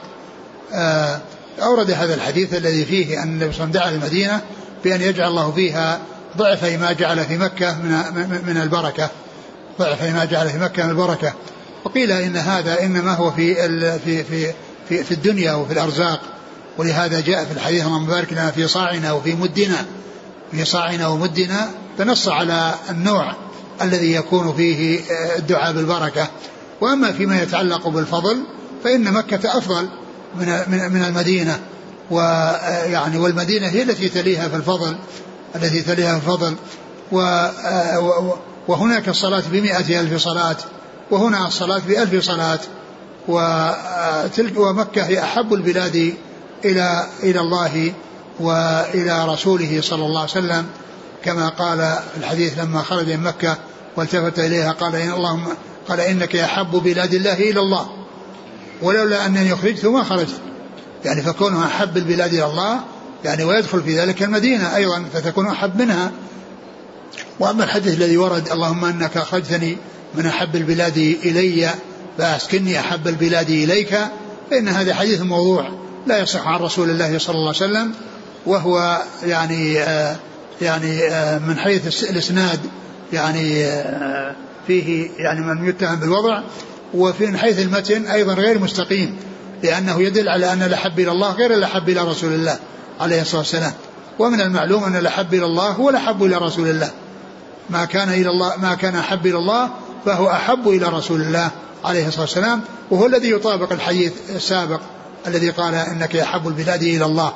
أورد هذا الحديث الذي فيه أن النبي صلى الله عليه وسلم دعا المدينة بأن يجعل الله فيها ضعفي ما جعل في مكة من البركة، ضعفي ما جعل في مكة من البركة. وقيل إن هذا إنما هو في الدنيا وفي الأرزاق، ولهذا جاء في الحديث اللهم بارك لنا في صاعنا وفي مدنا، في صاعنا ومدنا، فنص على النوع الذي يكون فيه الدعاء بالبركة. وأما فيما يتعلق بالفضل فإن مكة أفضل من المدينة، ويعني والمدينة هي التي تليها في الفضل، التي تليها في الفضل. وهناك الصلاة ب100,000 صلاة، وهنا الصلاة ب1000 صلاة. ومكة هي أحب البلاد إلى الله وإلى رسوله صلى الله عليه وسلم، كما قال في الحديث لما خرج من مكة والتفت إليها قال إنك أحب بلاد الله إلى الله، ولولا أنني خرجت ما خرجت، يعني فكونها أحب البلاد إلى الله يعني ويدخل في ذلك المدينة أيضا فتكون أحب منها. وأما الحديث الذي ورد اللهم أنك أخرجتني من أحب البلاد إلي فأسكني أحب البلاد إليك، فإن هذا حديث موضوع لا يصح عن رسول الله صلى الله عليه وسلم، وهو يعني من حيث الإسناد يعني فيه يعني من يتهم بالوضع، وفي حيث المتن أيضا غير مستقيم، لأنه يدل على أن الأحب إلى الله غير الأحب إلى رسول الله عليه الصلاة والسلام. ومن المعلوم أن الأحب إلى الله هو الأحب إلى رسول الله، ما كان أحب إلى الله فهو أحب إلى رسول الله عليه الصلاة والسلام، وهو الذي يطابق الحديث السابق الذي قال إنك أحب البلاد إلى الله.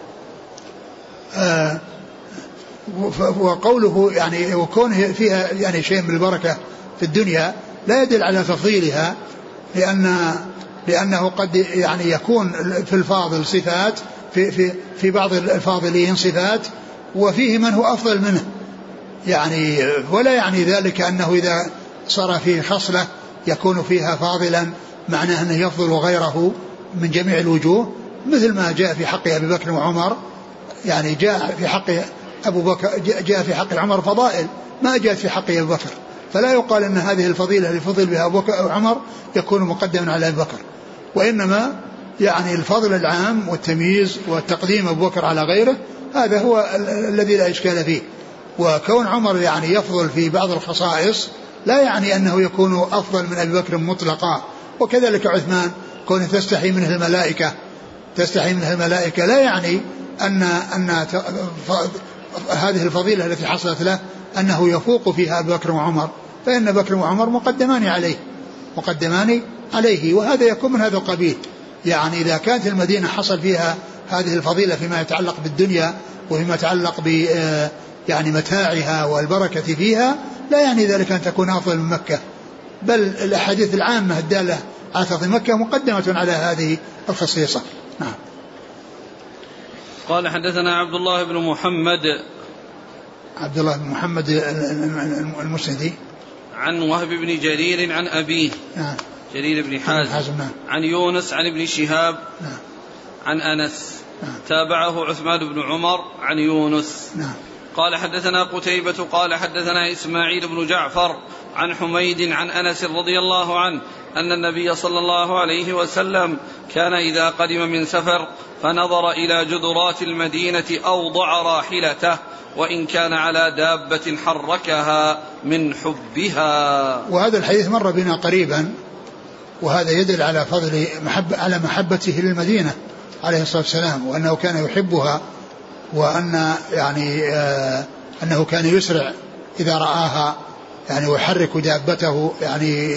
وقوله يعني وكونه فيها يعني شيء من البركة في الدنيا لا يدل على تفضيلها، لأنه قد يعني يكون في الفاضل صفات في بعض الفاضلين صفات وفيه من هو أفضل منه يعني، ولا يعني ذلك أنه إذا صار فيه خصلة يكون فيها فاضلا معناه أنه يفضل غيره من جميع الوجوه، مثل ما جاء في حق أبي بكر وعمر. يعني جاء في حق أبو بكر جاء في حق عمر فضائل ما جاءت في حق أبي بكر، فلا يقال أن هذه الفضيلة اللي فضل بها أبو بكر أو عمر يكون مقدما على أبي بكر، وإنما يعني الفضل العام والتمييز والتقديم أبو بكر على غيره هذا هو الذي لا إشكال فيه. وكون عمر يعني يفضل في بعض الخصائص لا يعني أنه يكون أفضل من أبي بكر مطلقا. وكذلك عثمان كونه تستحي منه الملائكة لا يعني أن هذه الفضيلة التي حصلت له أنه يفوق فيها أبي بكر وعمر، فإن بكر وعمر مقدمان عليه، وهذا يكون من هذا القبيل. يعني إذا كانت المدينة حصل فيها هذه الفضيلة فيما يتعلق بالدنيا وفيما يتعلق يعني متاعها والبركة فيها لا يعني ذلك أن تكون أفضل من مكة، بل الأحاديث العامة الدالة على فضل مكة مقدمة على هذه الخصيصة. نعم. قال حدثنا عبد الله بن محمد المسندي عن وهب بن جرير عن أبيه نعم جرير بن حازم نعم. عن يونس عن ابن شهاب نعم. عن أنس نعم. تابعه عثمان بن عمر عن يونس. نعم. قال حدثنا قتيبة قال حدثنا إسماعيل بن جعفر عن حميد عن أنس رضي الله عنه أن النبي صلى الله عليه وسلم كان إذا قدم من سفر فنظر إلى جدرات المدينة أوضع راحلته وإن كان على دابة حركها من حبها. وهذا الحديث مر بنا قريبا، وهذا يدل على فضل على محبته للمدينة عليه الصلاة والسلام، وأنه كان يحبها، وأن يعني أنه كان يسرع إذا رآها يعني ويحرك دابته، يعني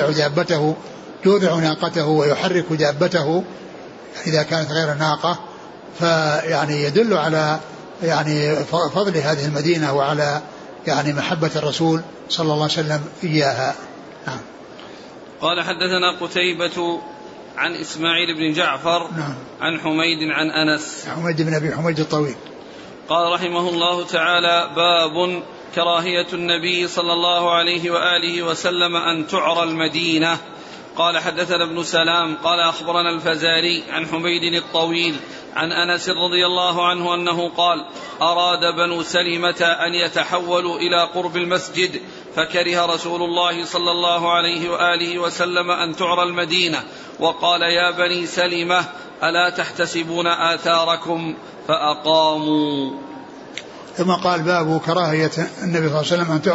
يوضع ناقته ويحرك دابته إذا كانت غير ناقة، فيعني يدل على يعني فضل هذه المدينة وعلى يعني محبة الرسول صلى الله عليه وسلم إياها. نعم. قال حدثنا قتيبة عن إسماعيل بن جعفر نعم. عن حميد عن أنس حميد بن أبي حميد الطويل. قال رحمه الله تعالى: باب كراهية النبي صلى الله عليه وآله وسلم أن تعرى المدينة. قال حدثنا ابن سلام قال أخبرنا الفزاري عن حميد الطويل عن أنس رضي الله عنه أنه قال: أراد بنو سلمة أن يتحولوا إلى قرب المسجد، فكره رسول الله صلى الله عليه وآله وسلم أن تعرى المدينة، وقال: يا بني سلمة ألا تحتسبون آثاركم؟ فأقاموا. ثم قال: باب كراهية النبي صلى الله عليه وسلم أن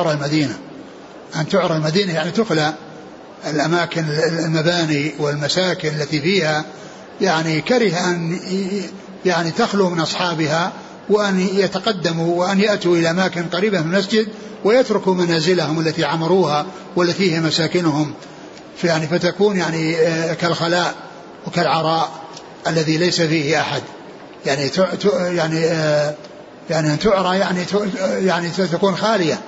تعرى المدينة يعني تخلى الأماكن المباني والمساكن التي فيها، يعني كره أن يعني تخلو من أصحابها وأن يتقدموا وأن يأتوا إلى أماكن قريبة من المسجد ويتركوا منازلهم التي عمروها والتي هي مساكنهم، يعني فتكون يعني كالخلاء وكالعراء الذي ليس فيه أحد، يعني أن تعرى يعني تكون خالية،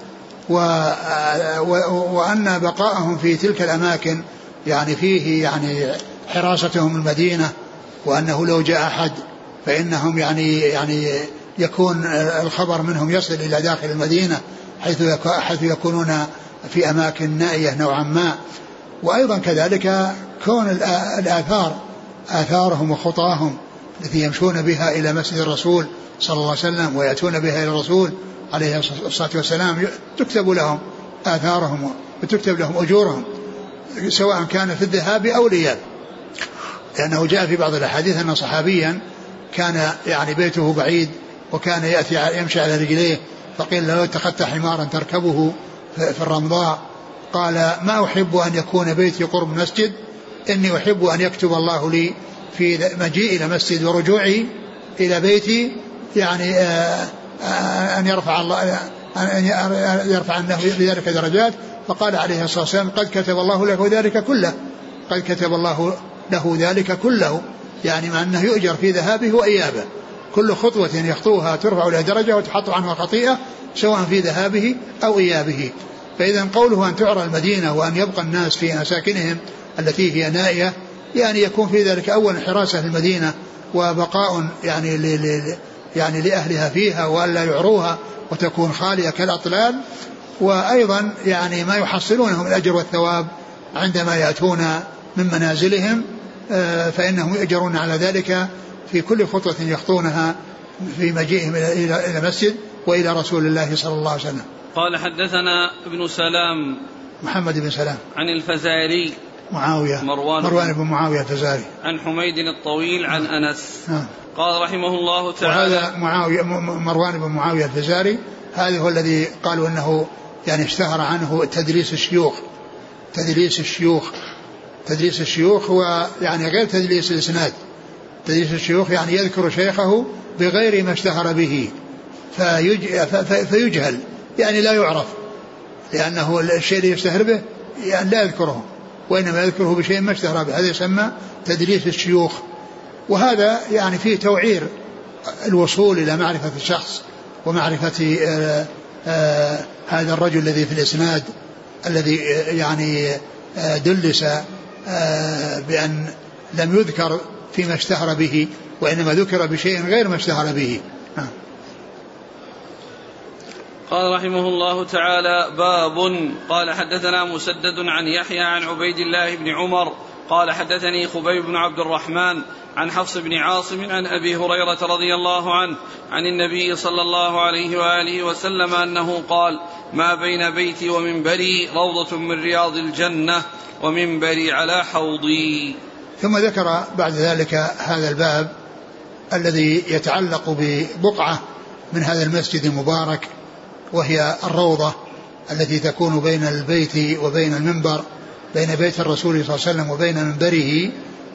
وأن بقاءهم في تلك الأماكن يعني فيه يعني حراستهم المدينة، وأنه لو جاء أحد فإنهم يعني يكون الخبر منهم يصل إلى داخل المدينة حيث يكونون في أماكن نائية نوعا ما. وأيضا كذلك كون آثارهم وخطاهم التي يمشون بها إلى مسجد الرسول صلى الله عليه وسلم ويأتون بها إلى الرسول عليه الصلاة والسلام تكتب لهم آثارهم وتكتب لهم أجورهم سواء كان في الذهاب أو الإياب، لأنه جاء في بعض الأحاديث أن صحابيا كان يعني بيته بعيد وكان يمشي على رجليه، فقيل له: اتخذت حمارا تركبه في الرمضاء؟ قال: ما أحب أن يكون بيتي قرب مسجد، إني أحب أن يكتب الله لي في مجيء إلى مسجد ورجوعي إلى بيتي يعني أن يرفع الله أن يرفع عنه بذلك درجات. فقال عليه الصلاة والسلام قد كتب الله له ذلك كله، قد كتب الله له ذلك كله، يعني مع أنه يؤجر في ذهابه وإيابه، كل خطوة يخطوها ترفع له درجة وتحط عنه خطيئة سواء في ذهابه أو إيابه. فإذا قوله أن تعرى المدينة وأن يبقى الناس في مساكنهم التي هي نائية، يعني يكون في ذلك أول حراسة المدينة وبقاء يعني لأهلها فيها وألا يعروها وتكون خالية كالأطلال، وأيضا يعني ما يحصلونه من الأجر والثواب عندما يأتون من منازلهم، فإنهم يؤجرون على ذلك في كل خطوة يخطونها في مجيئهم إلى المسجد وإلى رسول الله صلى الله عليه وسلم. قال حدثنا ابن سلام محمد بن سلام عن الفزاري معاوية مروان بن معاوية الفزاري عن حميد الطويل عن أنس قال رحمه الله تعالى. وهذا مروان بن معاوية الفزاري هذا هو الذي قالوا أنه يعني اشتهر عنه تدليس الشيوخ هو يعني غير تدليس الإسناد. تدليس الشيوخ يعني يذكر شيخه بغير ما اشتهر به فيجهل، يعني لا يعرف، لأنه الشيء اللي يشتهر به يعني لا يذكره، وإنما يذكره بشيء ما اشتهر به، هذا يسمى تدليس الشيوخ. وهذا يعني فيه توعير الوصول إلى معرفة الشخص ومعرفة هذا الرجل الذي في الإسناد الذي يعني دلس بأن لم يذكر فيما اشتهر به وإنما ذكر بشيء غير ما اشتهر به. قال رحمه الله تعالى باب. قال حدثنا مسدد عن يحيى عن عبيد الله بن عمر قال حدثني خبيب بن عبد الرحمن عن حفص بن عاصم عن أبي هريرة رضي الله عنه عن النبي صلى الله عليه وآله وسلم أنه قال ما بين بيتي ومنبري روضة من رياض الجنة ومنبري على حوضي. ثم ذكر بعد ذلك هذا الباب الذي يتعلق ببقعة من هذا المسجد المبارك، وهي الروضة التي تكون بين البيت وبين المنبر، بين بيت الرسول صلى الله عليه وسلم وبين منبره،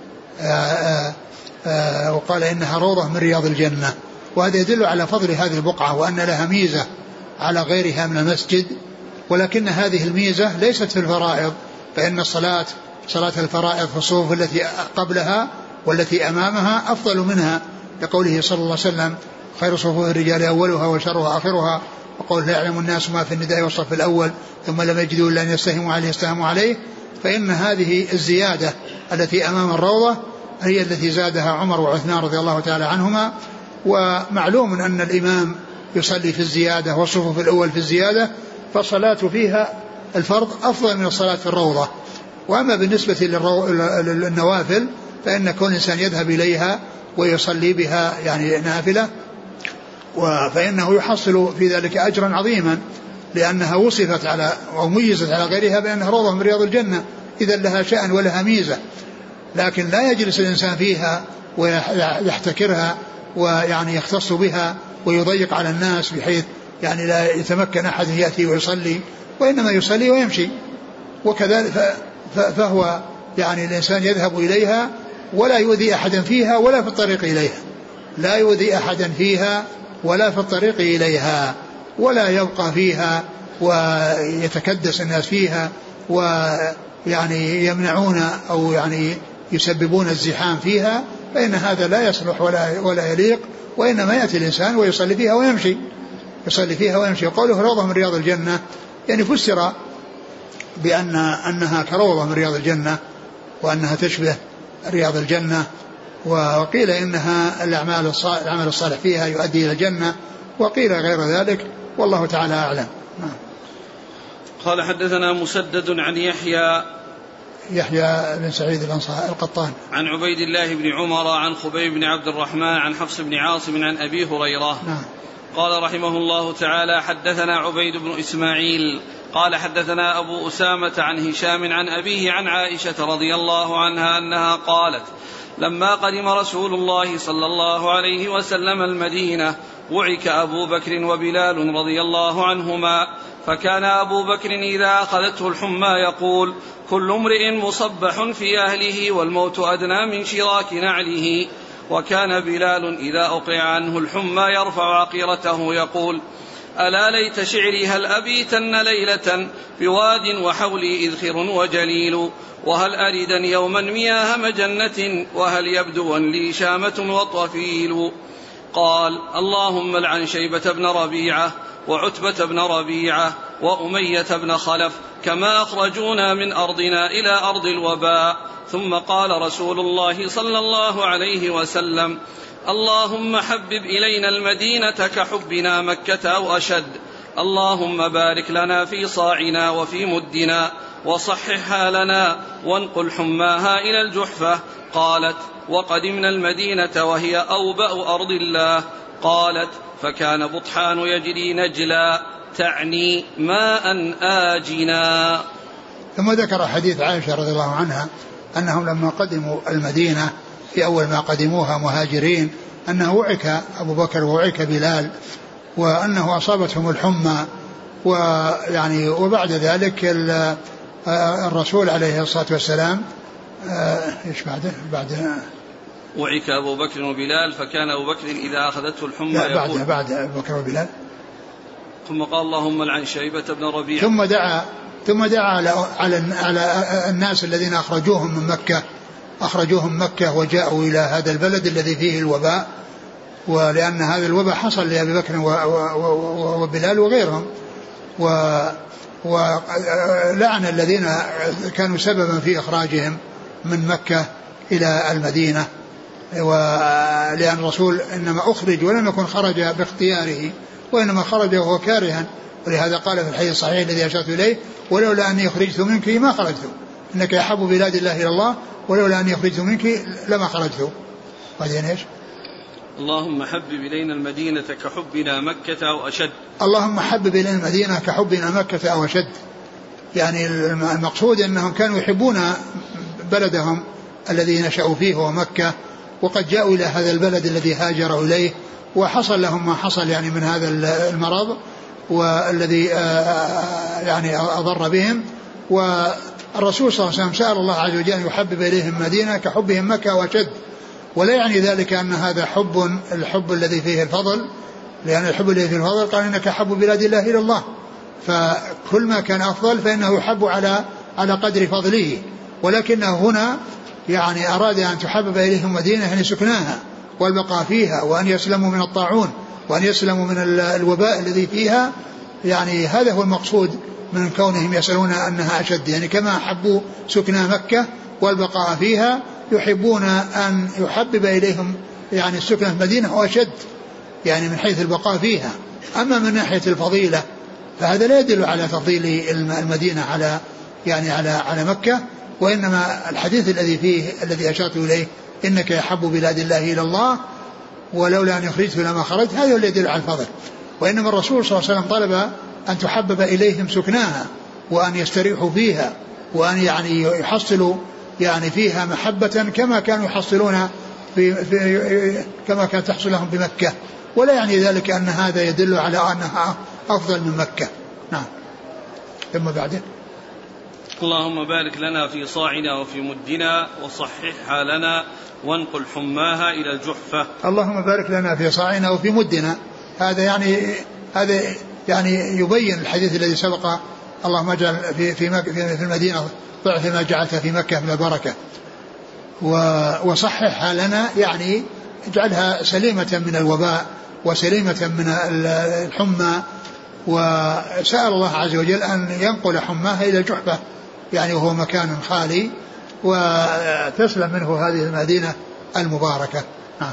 وقال إنها روضة من رياض الجنة. وهذا يدل على فضل هذه البقعة وأن لها ميزة على غيرها من المسجد، ولكن هذه الميزة ليست في الفرائض، فإن صلاة الفرائض في الصفوف التي قبلها والتي أمامها أفضل منها، لقوله صلى الله عليه وسلم خير صفوف الرجال أولها وشرها آخرها، وقول لا يعلم الناس ما في النداء والصف الأول ثم لم يجدوا إلا أن يستهموا عليه. فإن هذه الزيادة التي أمام الروضة هي التي زادها عمر وعثمان رضي الله تعالى عنهما. ومعلوم أن الإمام يصلي في الزيادة والصفوف الأول في الزيادة، فالصلاة فيها الفرض أفضل من الصلاة في الروضة. وأما بالنسبة للنوافل فإن كل إنسان يذهب إليها ويصلي بها يعني نافلة، فإنه يحصل في ذلك أجرا عظيما، لأنها وصفت على أو ميزت على غيرها بأنها روضة من رياض الجنة، إذا لها شأن ولها ميزة. لكن لا يجلس الإنسان فيها ويحتكرها ويعني يختص بها ويضيق على الناس بحيث يعني لا يتمكن أحد يأتي ويصلي، وإنما يصلي ويمشي. وكذلك فهو يعني الإنسان يذهب إليها ولا يؤذي أحدا فيها ولا في الطريق إليها، لا يؤذي أحدا فيها ولا في الطريق إليها، ولا يبقى فيها ويتكدس الناس فيها ويعني يمنعون أو يعني يسببون الزحام فيها، فإن هذا لا يصلح ولا يليق، وإنما يأتي الإنسان ويصلي فيها ويمشي، يصلي فيها ويمشي. قوله روضة من رياض الجنة يعني فسر أنها كروضة من رياض الجنة وأنها تشبه رياض الجنة، وقيل إنها العمل الصالح فيها يؤدي إلى الجنة، وقيل غير ذلك، والله تعالى أعلم. قال حدثنا مسدد عن يحيى بن سعيد القطان عن عبيد الله بن عمر عن خبيب بن عبد الرحمن عن حفص بن عاصم عن أبي هريرة. قال رحمه الله تعالى حدثنا عبيد بن إسماعيل قال حدثنا أبو أسامة عن هشام عن أبيه عن عائشة رضي الله عنها أنها قالت لما قدم رسول الله صلى الله عليه وسلم المدينة وعك أبو بكر وبلال رضي الله عنهما، فكان أبو بكر إذا أخذته الحمى يقول كل امرئ مصبح في أهله والموت أدنى من شراك نعله، وكان بلال إذا أقع عنه الحمى يرفع عقيرته يقول: ألا ليت شعري هل أبيتن ليلة بواد وحولي إذخر وجليل، وهل أردا يوما مياه مجنة، وهل يبدو لي شامة وطفيل. قال: اللهم لعن شيبة بن ربيعة وعتبة بن ربيعة وأمية بن خلف كما أخرجونا من أرضنا إلى أرض الوباء. ثم قال رسول الله صلى الله عليه وسلم: اللهم حبب إلينا المدينة كحبنا مكة أو أشد، اللهم بارك لنا في صاعنا وفي مدنا، وصححها لنا وانقل حماها إلى الجحفة. قالت: وقدمنا المدينة وهي أوبأ أرض الله. قالت: فكان بطحان يجري نجلا، تعني ماء آجنا. ثم ذكر حديث عائشة رضي الله عنها أنهم لما قدموا المدينة في أول ما قدموها مهاجرين أنه وعك أبو بكر ووعك بلال وأنه أصابتهم الحمى، ويعني وبعد ذلك الرسول عليه الصلاة والسلام إيش بعد وعك أبو بكر وبلال، فكان أبو بكر إذا أخذته الحمى يقول بعد أبو بكر وبلال. ثم قال: اللهم لعن شيبة بن ربيعة. ثم دعا على الناس الذين أخرجوهم مكة وجاءوا إلى هذا البلد الذي فيه الوباء، ولأن هذا الوباء حصل لأبي بكر وبلال وغيرهم، ولعن الذين كانوا سببا في إخراجهم من مكة إلى المدينة، ولأن الرسول إنما أخرج ولم يكن خرج باختياره، وإنما خرج وهو كارها، ولهذا قال في الحديث الصحيح الذي أشرت إليه: ولولا أني أخرجت منك ما خرجت، إنك أحب بلاد الله إلى الله، ولولا أني أخرجت منك لما خرجت. وبعدين إيش؟ اللهم حبب إلينا المدينة كحبنا مكة أو أشد. اللهم حبب إلينا المدينة كحبنا مكة أو أشد، يعني المقصود أنهم كانوا يحبون بلدهم الذي نشأوا فيه ومكة، وقد جاءوا إلى هذا البلد الذي هاجروا إليه، وحصل لهم ما حصل يعني من هذا المرض والذي يعني أضر بهم. والرسول صلى الله عليه وسلم سأل الله عز وجل أن يحبب إليهم المدينة كحبهم مكة وأشد، ولا يعني ذلك أن هذا الحب الذي فيه الفضل، لأن الحب الذي فيه الفضل قال: إنك أحب بلاد الله إلى الله، فكل ما كان أفضل فإنه يحب على قدر فضله، ولكنه هنا يعني أراد أن تحبب إليهم مدينة يعني سكناها والبقاء فيها، وأن يسلموا من الطاعون، وأن يسلموا من الوباء الذي فيها، يعني هذا هو المقصود من كونهم يسألون أنها أشد، يعني كما أحبوا سكنا مكة والبقاء فيها يحبون أن يحبب إليهم يعني السكن في المدينة وأشد، يعني من حيث البقاء فيها. أما من ناحية الفضيلة فهذا لا يدل على تفضيل المدينة على مكة، وإنما الحديث الذي أشرت إليه: إنك يحب بلاد الله إلى الله ولولا أن يخرجت لما خرجت، هذا الذي يدل على الفضل. وإنما الرسول صلى الله عليه وسلم طلب أن تحبب إليهم سكناها، وأن يستريحوا فيها، وأن يعني يحصلوا يعني فيها محبة كما كانوا يحصلون كما كانت تحصل لهم بمكة، ولا يعني ذلك أن هذا يدل على أنها أفضل من مكة. نعم. ثم بعده: اللهم بارك لنا في صاعنا وفي مدنا، وصححها لنا وانقل حماها إلى الجحفة. اللهم بارك لنا في صاعنا وفي مدنا، هذا يعني يبين الحديث الذي سبق: اللهم اجعل في المدينة ضعف ما جعلت في مكة من البركة، وصححها لنا يعني اجعلها سليمة من الوباء وسليمة من الحمى. وسأل الله عز وجل أن ينقل حماها إلى الجحفة، يعني وهو مكان خالي، وتسلم منه هذه المدينة المباركة. نعم.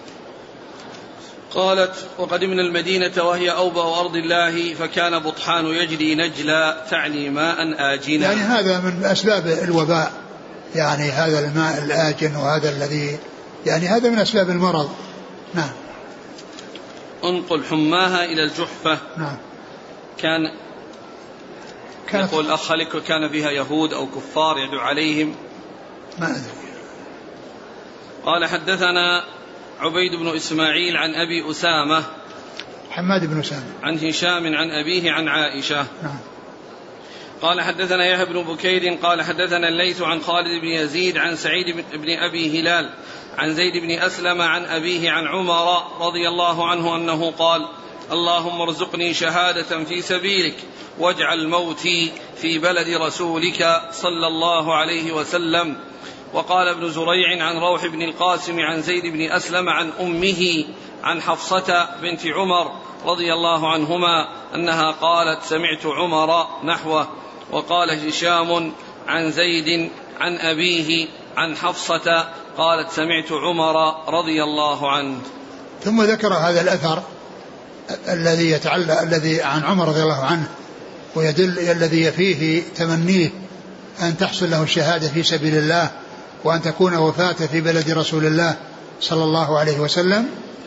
قالت: وقدمنا المدينة وهي أوبأ أرض الله، فكان بطحان يجري نجلا، تعني ماء آجنا. يعني هذا من أسباب الوباء، يعني هذا الماء الآجن، وهذا الذي يعني هذا من أسباب المرض. نعم. انقل حماها إلى الجحفة. نعم. كان يقول الأخ: هل كان فيها يهود أو كفار يدعو عليهم؟ ما أدري. قال: حدثنا عبيد بن إسماعيل عن أبي حماد بن أسامة عن هشام عن أبيه عن عائشة. نعم. قال حدثنا يحيى بن بكير قال حدثنا الليث عن خالد بن يزيد عن سعيد بن أبي هلال عن زيد بن أسلم عن أبيه عن عمر رضي الله عنه أنه قال: اللهم ارزقني شهادة في سبيلك واجعل موتي في بلد رسولك صلى الله عليه وسلم. وقال ابن زريع عن روح بن القاسم عن زيد بن أسلم عن أمه عن حفصة بنت عمر رضي الله عنهما أنها قالت: سمعت عمر نحوه. وقال هشام عن زيد عن أبيه عن حفصة قالت: سمعت عمر رضي الله عنه. ثم ذكر هذا الأثر الذي يتعلق الذي عن عمر رضي الله عنه ويدل الذي فيه تمنيه أن تحصل له الشهادة في سبيل الله وأن تكون وفاته في بلد رسول الله صلى الله عليه وسلم.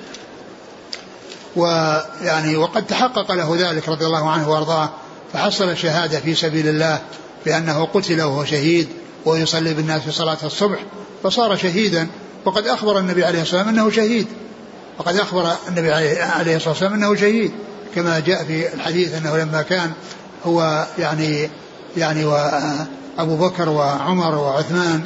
ويعني وقد تحقق له ذلك رضي الله عنه وارضاه، فحصل الشهادة في سبيل الله بأنه قتل وهو شهيد ويصلي بالناس في صلاة الصبح فصار شهيدا. وقد أخبر النبي عليه الصلاة والسلام أنه شهيد، وقد أخبر النبي عليه الصلاة والسلام أنه شهيد كما جاء في الحديث أنه لما كان هو يعني وأبو بكر وعمر وعثمان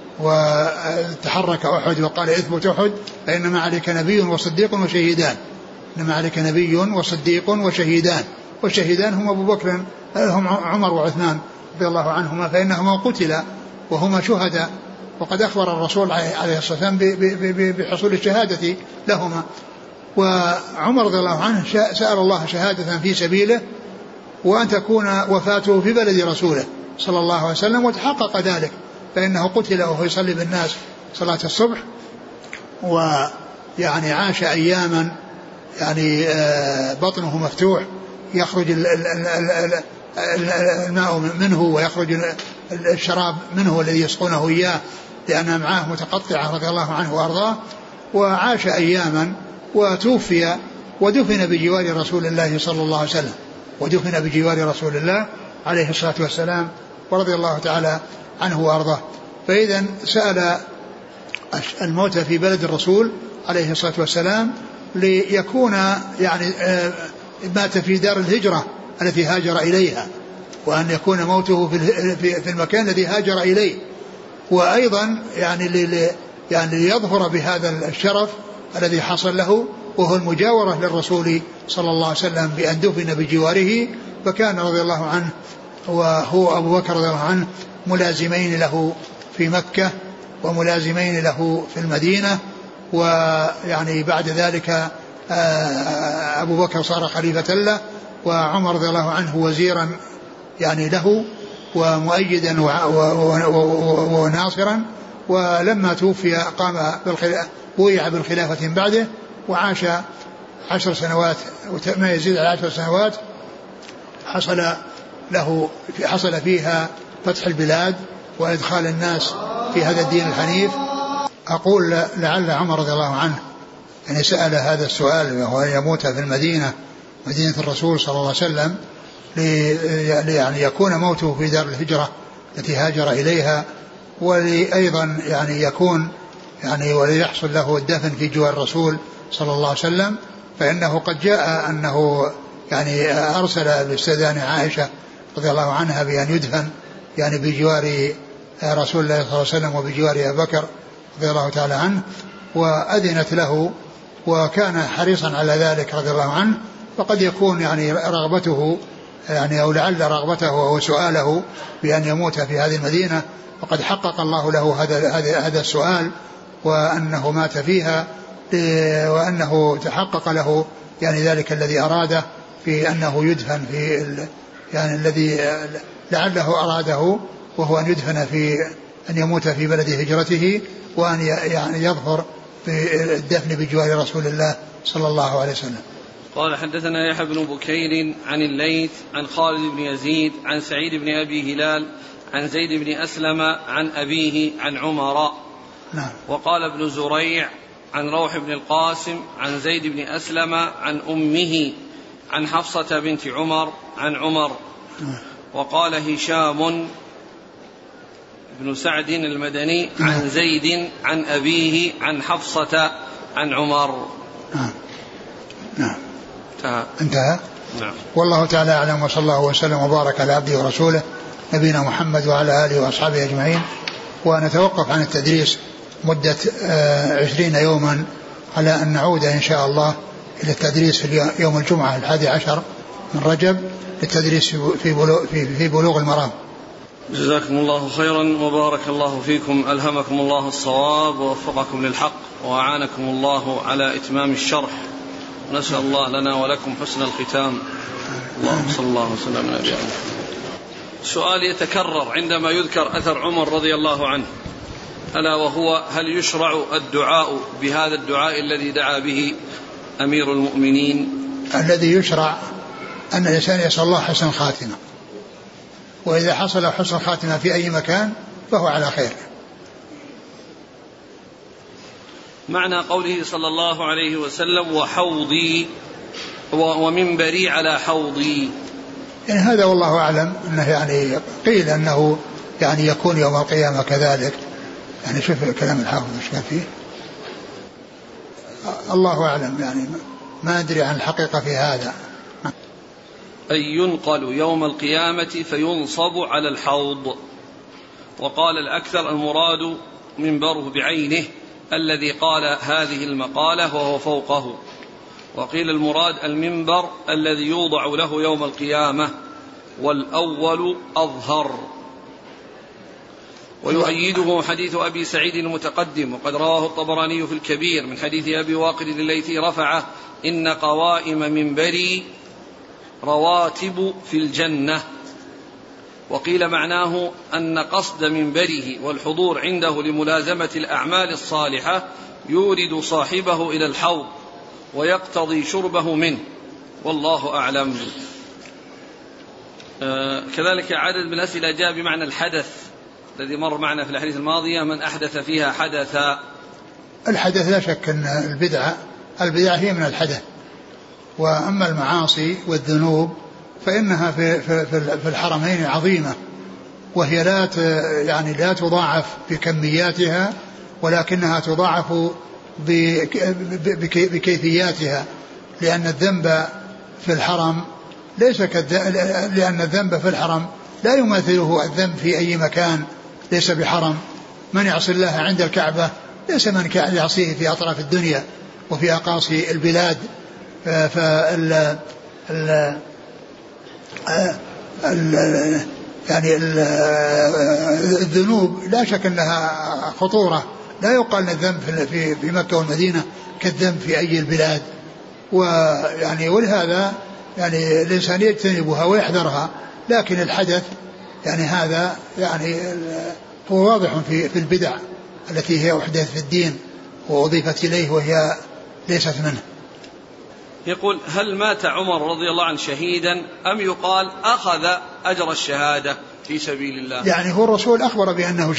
وتحرك أحد وقال: اثبت أحد فإنما عليك نبي وصديق وشهيدان، إنما عليك نبي وصديق وشهيدان، والشهيدان هم أبو بكر هم عمر وعثمان رضي الله عنهما فإنهما قتلا وهما شهداء. وقد أخبر الرسول عليه الصلاة والسلام بحصول الشهادة لهما. وعمر رضي الله عنه سأل الله شهادة في سبيله وأن تكون وفاته في بلد رسوله صلى الله عليه وسلم، وتحقق ذلك فإنه قتل وهو يصلي بالناس صلاة الصبح. ويعني عاش أياما يعني بطنه مفتوح يخرج الماء منه ويخرج الشراب منه الذي يسقونه إياه لأن أمعاه متقطعة رضي الله عنه وأرضاه. وعاش أياما وتوفي ودفن بجوار رسول الله صلى الله عليه وسلم، ودفن بجوار رسول الله عليه الصلاة والسلام ورضي الله تعالى عنه وأرضاه. فإذا سأل الموت في بلد الرسول عليه الصلاة والسلام ليكون يعني مات في دار الهجرة التي هاجر إليها، وأن يكون موته في المكان الذي هاجر إليه، وأيضا يعني ليظهر بهذا الشرف الذي حصل له وهو المجاورة للرسول صلى الله عليه وسلم بأن دفن بجواره. فكان رضي الله عنه وهو أبو بكر رضي الله عنه ملازمين له في مكة وملازمين له في المدينة. ويعني بعد ذلك أبو بكر صار خليفة له، وعمر رضي الله عنه وزيرا يعني له ومؤيدا وناصرا. ولما توفي قام بويع بالخلافة بعده وعاش 10 سنوات ما يزيد على 10 سنوات حصل فيها فتح البلاد وإدخال الناس في هذا الدين الحنيف. أقول لعل عمر رضي الله عنه يعني سأل هذا السؤال وهو يموت في المدينة مدينة الرسول صلى الله عليه وسلم يعني يكون موته في دار الهجرة التي هاجر إليها، ولأيضا يعني يكون يعني وليحصل له الدفن في جوار الرسول صلى الله عليه وسلم. فإنه قد جاء أنه يعني أرسل باستئذان عائشة رضي الله عنها بأن يدفن يعني بجوار رسول الله صلى الله عليه وسلم وبجوار أبي بكر رضي الله تعالى عنه، وأذنت له وكان حريصا على ذلك رضي الله عنه. فقد يكون يعني رغبته يعني أو لعل رغبته أو سؤاله بأن يموت في هذه المدينة وقد حقق الله له هذا السؤال وأنه مات فيها، وأنه تحقق له يعني ذلك الذي أراده في أنه يدفن في يعني الذي لعله أراده وهو أن يدفن أن يموت في بلد هجرته وأن يعني يظهر في الدفن بجوار رسول الله صلى الله عليه وسلم. قال حدثنا يحيى بن بكير عن الليث عن خالد بن يزيد عن سعيد بن أبي هلال عن زيد بن أسلم عن أبيه عن عمر. نعم. وقال ابن زريع عن روح بن القاسم عن زيد بن أسلم عن أمه عن حفصة بنت عمر عن عمر. نعم. وقال هشام بن سعد المدني عن زيد عن أبيه عن حفصة عن عمر. انتهى. والله تعالى أعلم، وصلى الله وسلم وبارك على عبده ورسوله نبينا محمد وعلى آله وأصحابه أجمعين. ونتوقف عن التدريس مدة 20 يوما على أن نعود إن شاء الله إلى التدريس في يوم الجمعة 11 من رجب للتدريس في بلوغ المرام. جزاكم الله خيرا وبارك الله فيكم، ألهمكم الله الصواب ووفقكم للحق وأعانكم الله على إتمام الشرح، ونسأل الله لنا ولكم حسن الختام. اللهم صل الله وسلم على نبينا محمد. سؤال يتكرر عندما يذكر أثر عمر رضي الله عنه، ألا وهو: هل يشرع الدعاء بهذا الدعاء الذي دعا به أمير المؤمنين؟ الذي يشرع أن الإنسان يسأل الله حسن الخاتمة، وإذا حصل حسن الخاتمة في أي مكان فهو على خير. معنى قوله صلى الله عليه وسلم: وحوضي ومنبري على حوضي، يعني هذا والله أعلم، أنه يعني قيل أنه يعني يكون يوم القيامة كذلك. يعني شوف كلام الحافظ ايش كان فيه، الله أعلم، يعني ما أدري عن الحقيقة في هذا. أي ينقل يوم القيامة فينصب على الحوض. وقال الأكثر المراد منبره بعينه الذي قال هذه المقالة وهو فوقه، وقيل المراد المنبر الذي يوضع له يوم القيامة، والأول أظهر. ويؤيده حديث أبي سعيد المتقدم، وقد رواه الطبراني في الكبير من حديث أبي واقد الليثي رفعه: إن قوائم منبري رواتب في الجنة. وقيل معناه أن قصد منبره والحضور عنده لملازمة الأعمال الصالحة يورد صاحبه إلى الحوض ويقتضي شربه منه، والله أعلم. كذلك عدد من الأسئلة جاء بمعنى الحدث الذي مر معنا في الحديث الماضية: من أحدث فيها حدثا. الحدث لا شك أن البدعة هي من الحدث، وأما المعاصي والذنوب فإنها في الحرمين عظيمة، وهي لا تضاعف بكمياتها، ولكنها تضاعف بكيفياتها، لأن الذنب في الحرم لأن الذنب في الحرم لا يماثله الذنب في أي مكان ليس بحرم. من يعصي الله عند الكعبة ليس من يعصيه في أطراف الدنيا وفي أقاصي البلاد. يعني الذنوب لا شك أنها خطورة، لا يقال أن الذنب في مكة والمدينة كالذنب في أي البلاد، ويعني ولهذا يعني الإنسان يجتنبها ويحذرها. لكن الحدث يعني هذا يعني هو واضح في البدع التي هي أحدث في الدين وأضيفت إليه وهي ليست منه. يقول: هل مات عمر رضي الله عنه شهيدا أم يقال أخذ أجر الشهادة في سبيل الله؟ يعني هو الرسول أخبر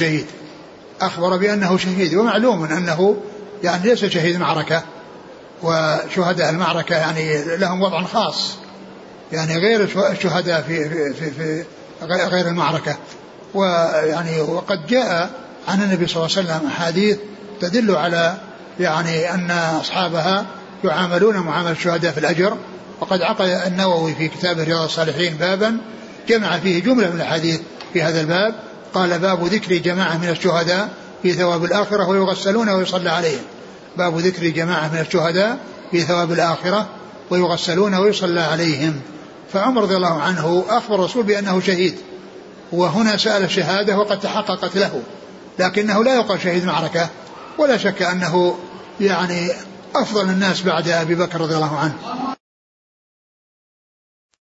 بأنه شهيد، ومعلوم أنه يعني ليس شهيد معركة، وشهداء المعركة يعني لهم وضع خاص، يعني غير الشهداء في غير المعركة. ويعني وقد جاء عن النبي صلى الله عليه وسلم أحاديث تدل على يعني أن أصحابها يعاملون معاملة الشهداء في الأجر. وقد عقد النووي في كتاب رياض الصالحين بابا جمع فيه جملة من الحديث في هذا الباب، قال: باب ذكر جماعة من الشهداء في ثواب الآخرة ويغسلون ويصلى عليهم. باب ذكر جماعة من الشهداء في ثواب الآخرة ويغسلون ويصلى عليهم. فعمر رضي الله عنه أخبر الرسول بأنه شهيد، وهنا سأل الشهادة وقد تحققت له، لكنه لا يقال شهيد معركة. ولا شك أنه يعني أفضل الناس بعد أبي بكر رضي الله عنه.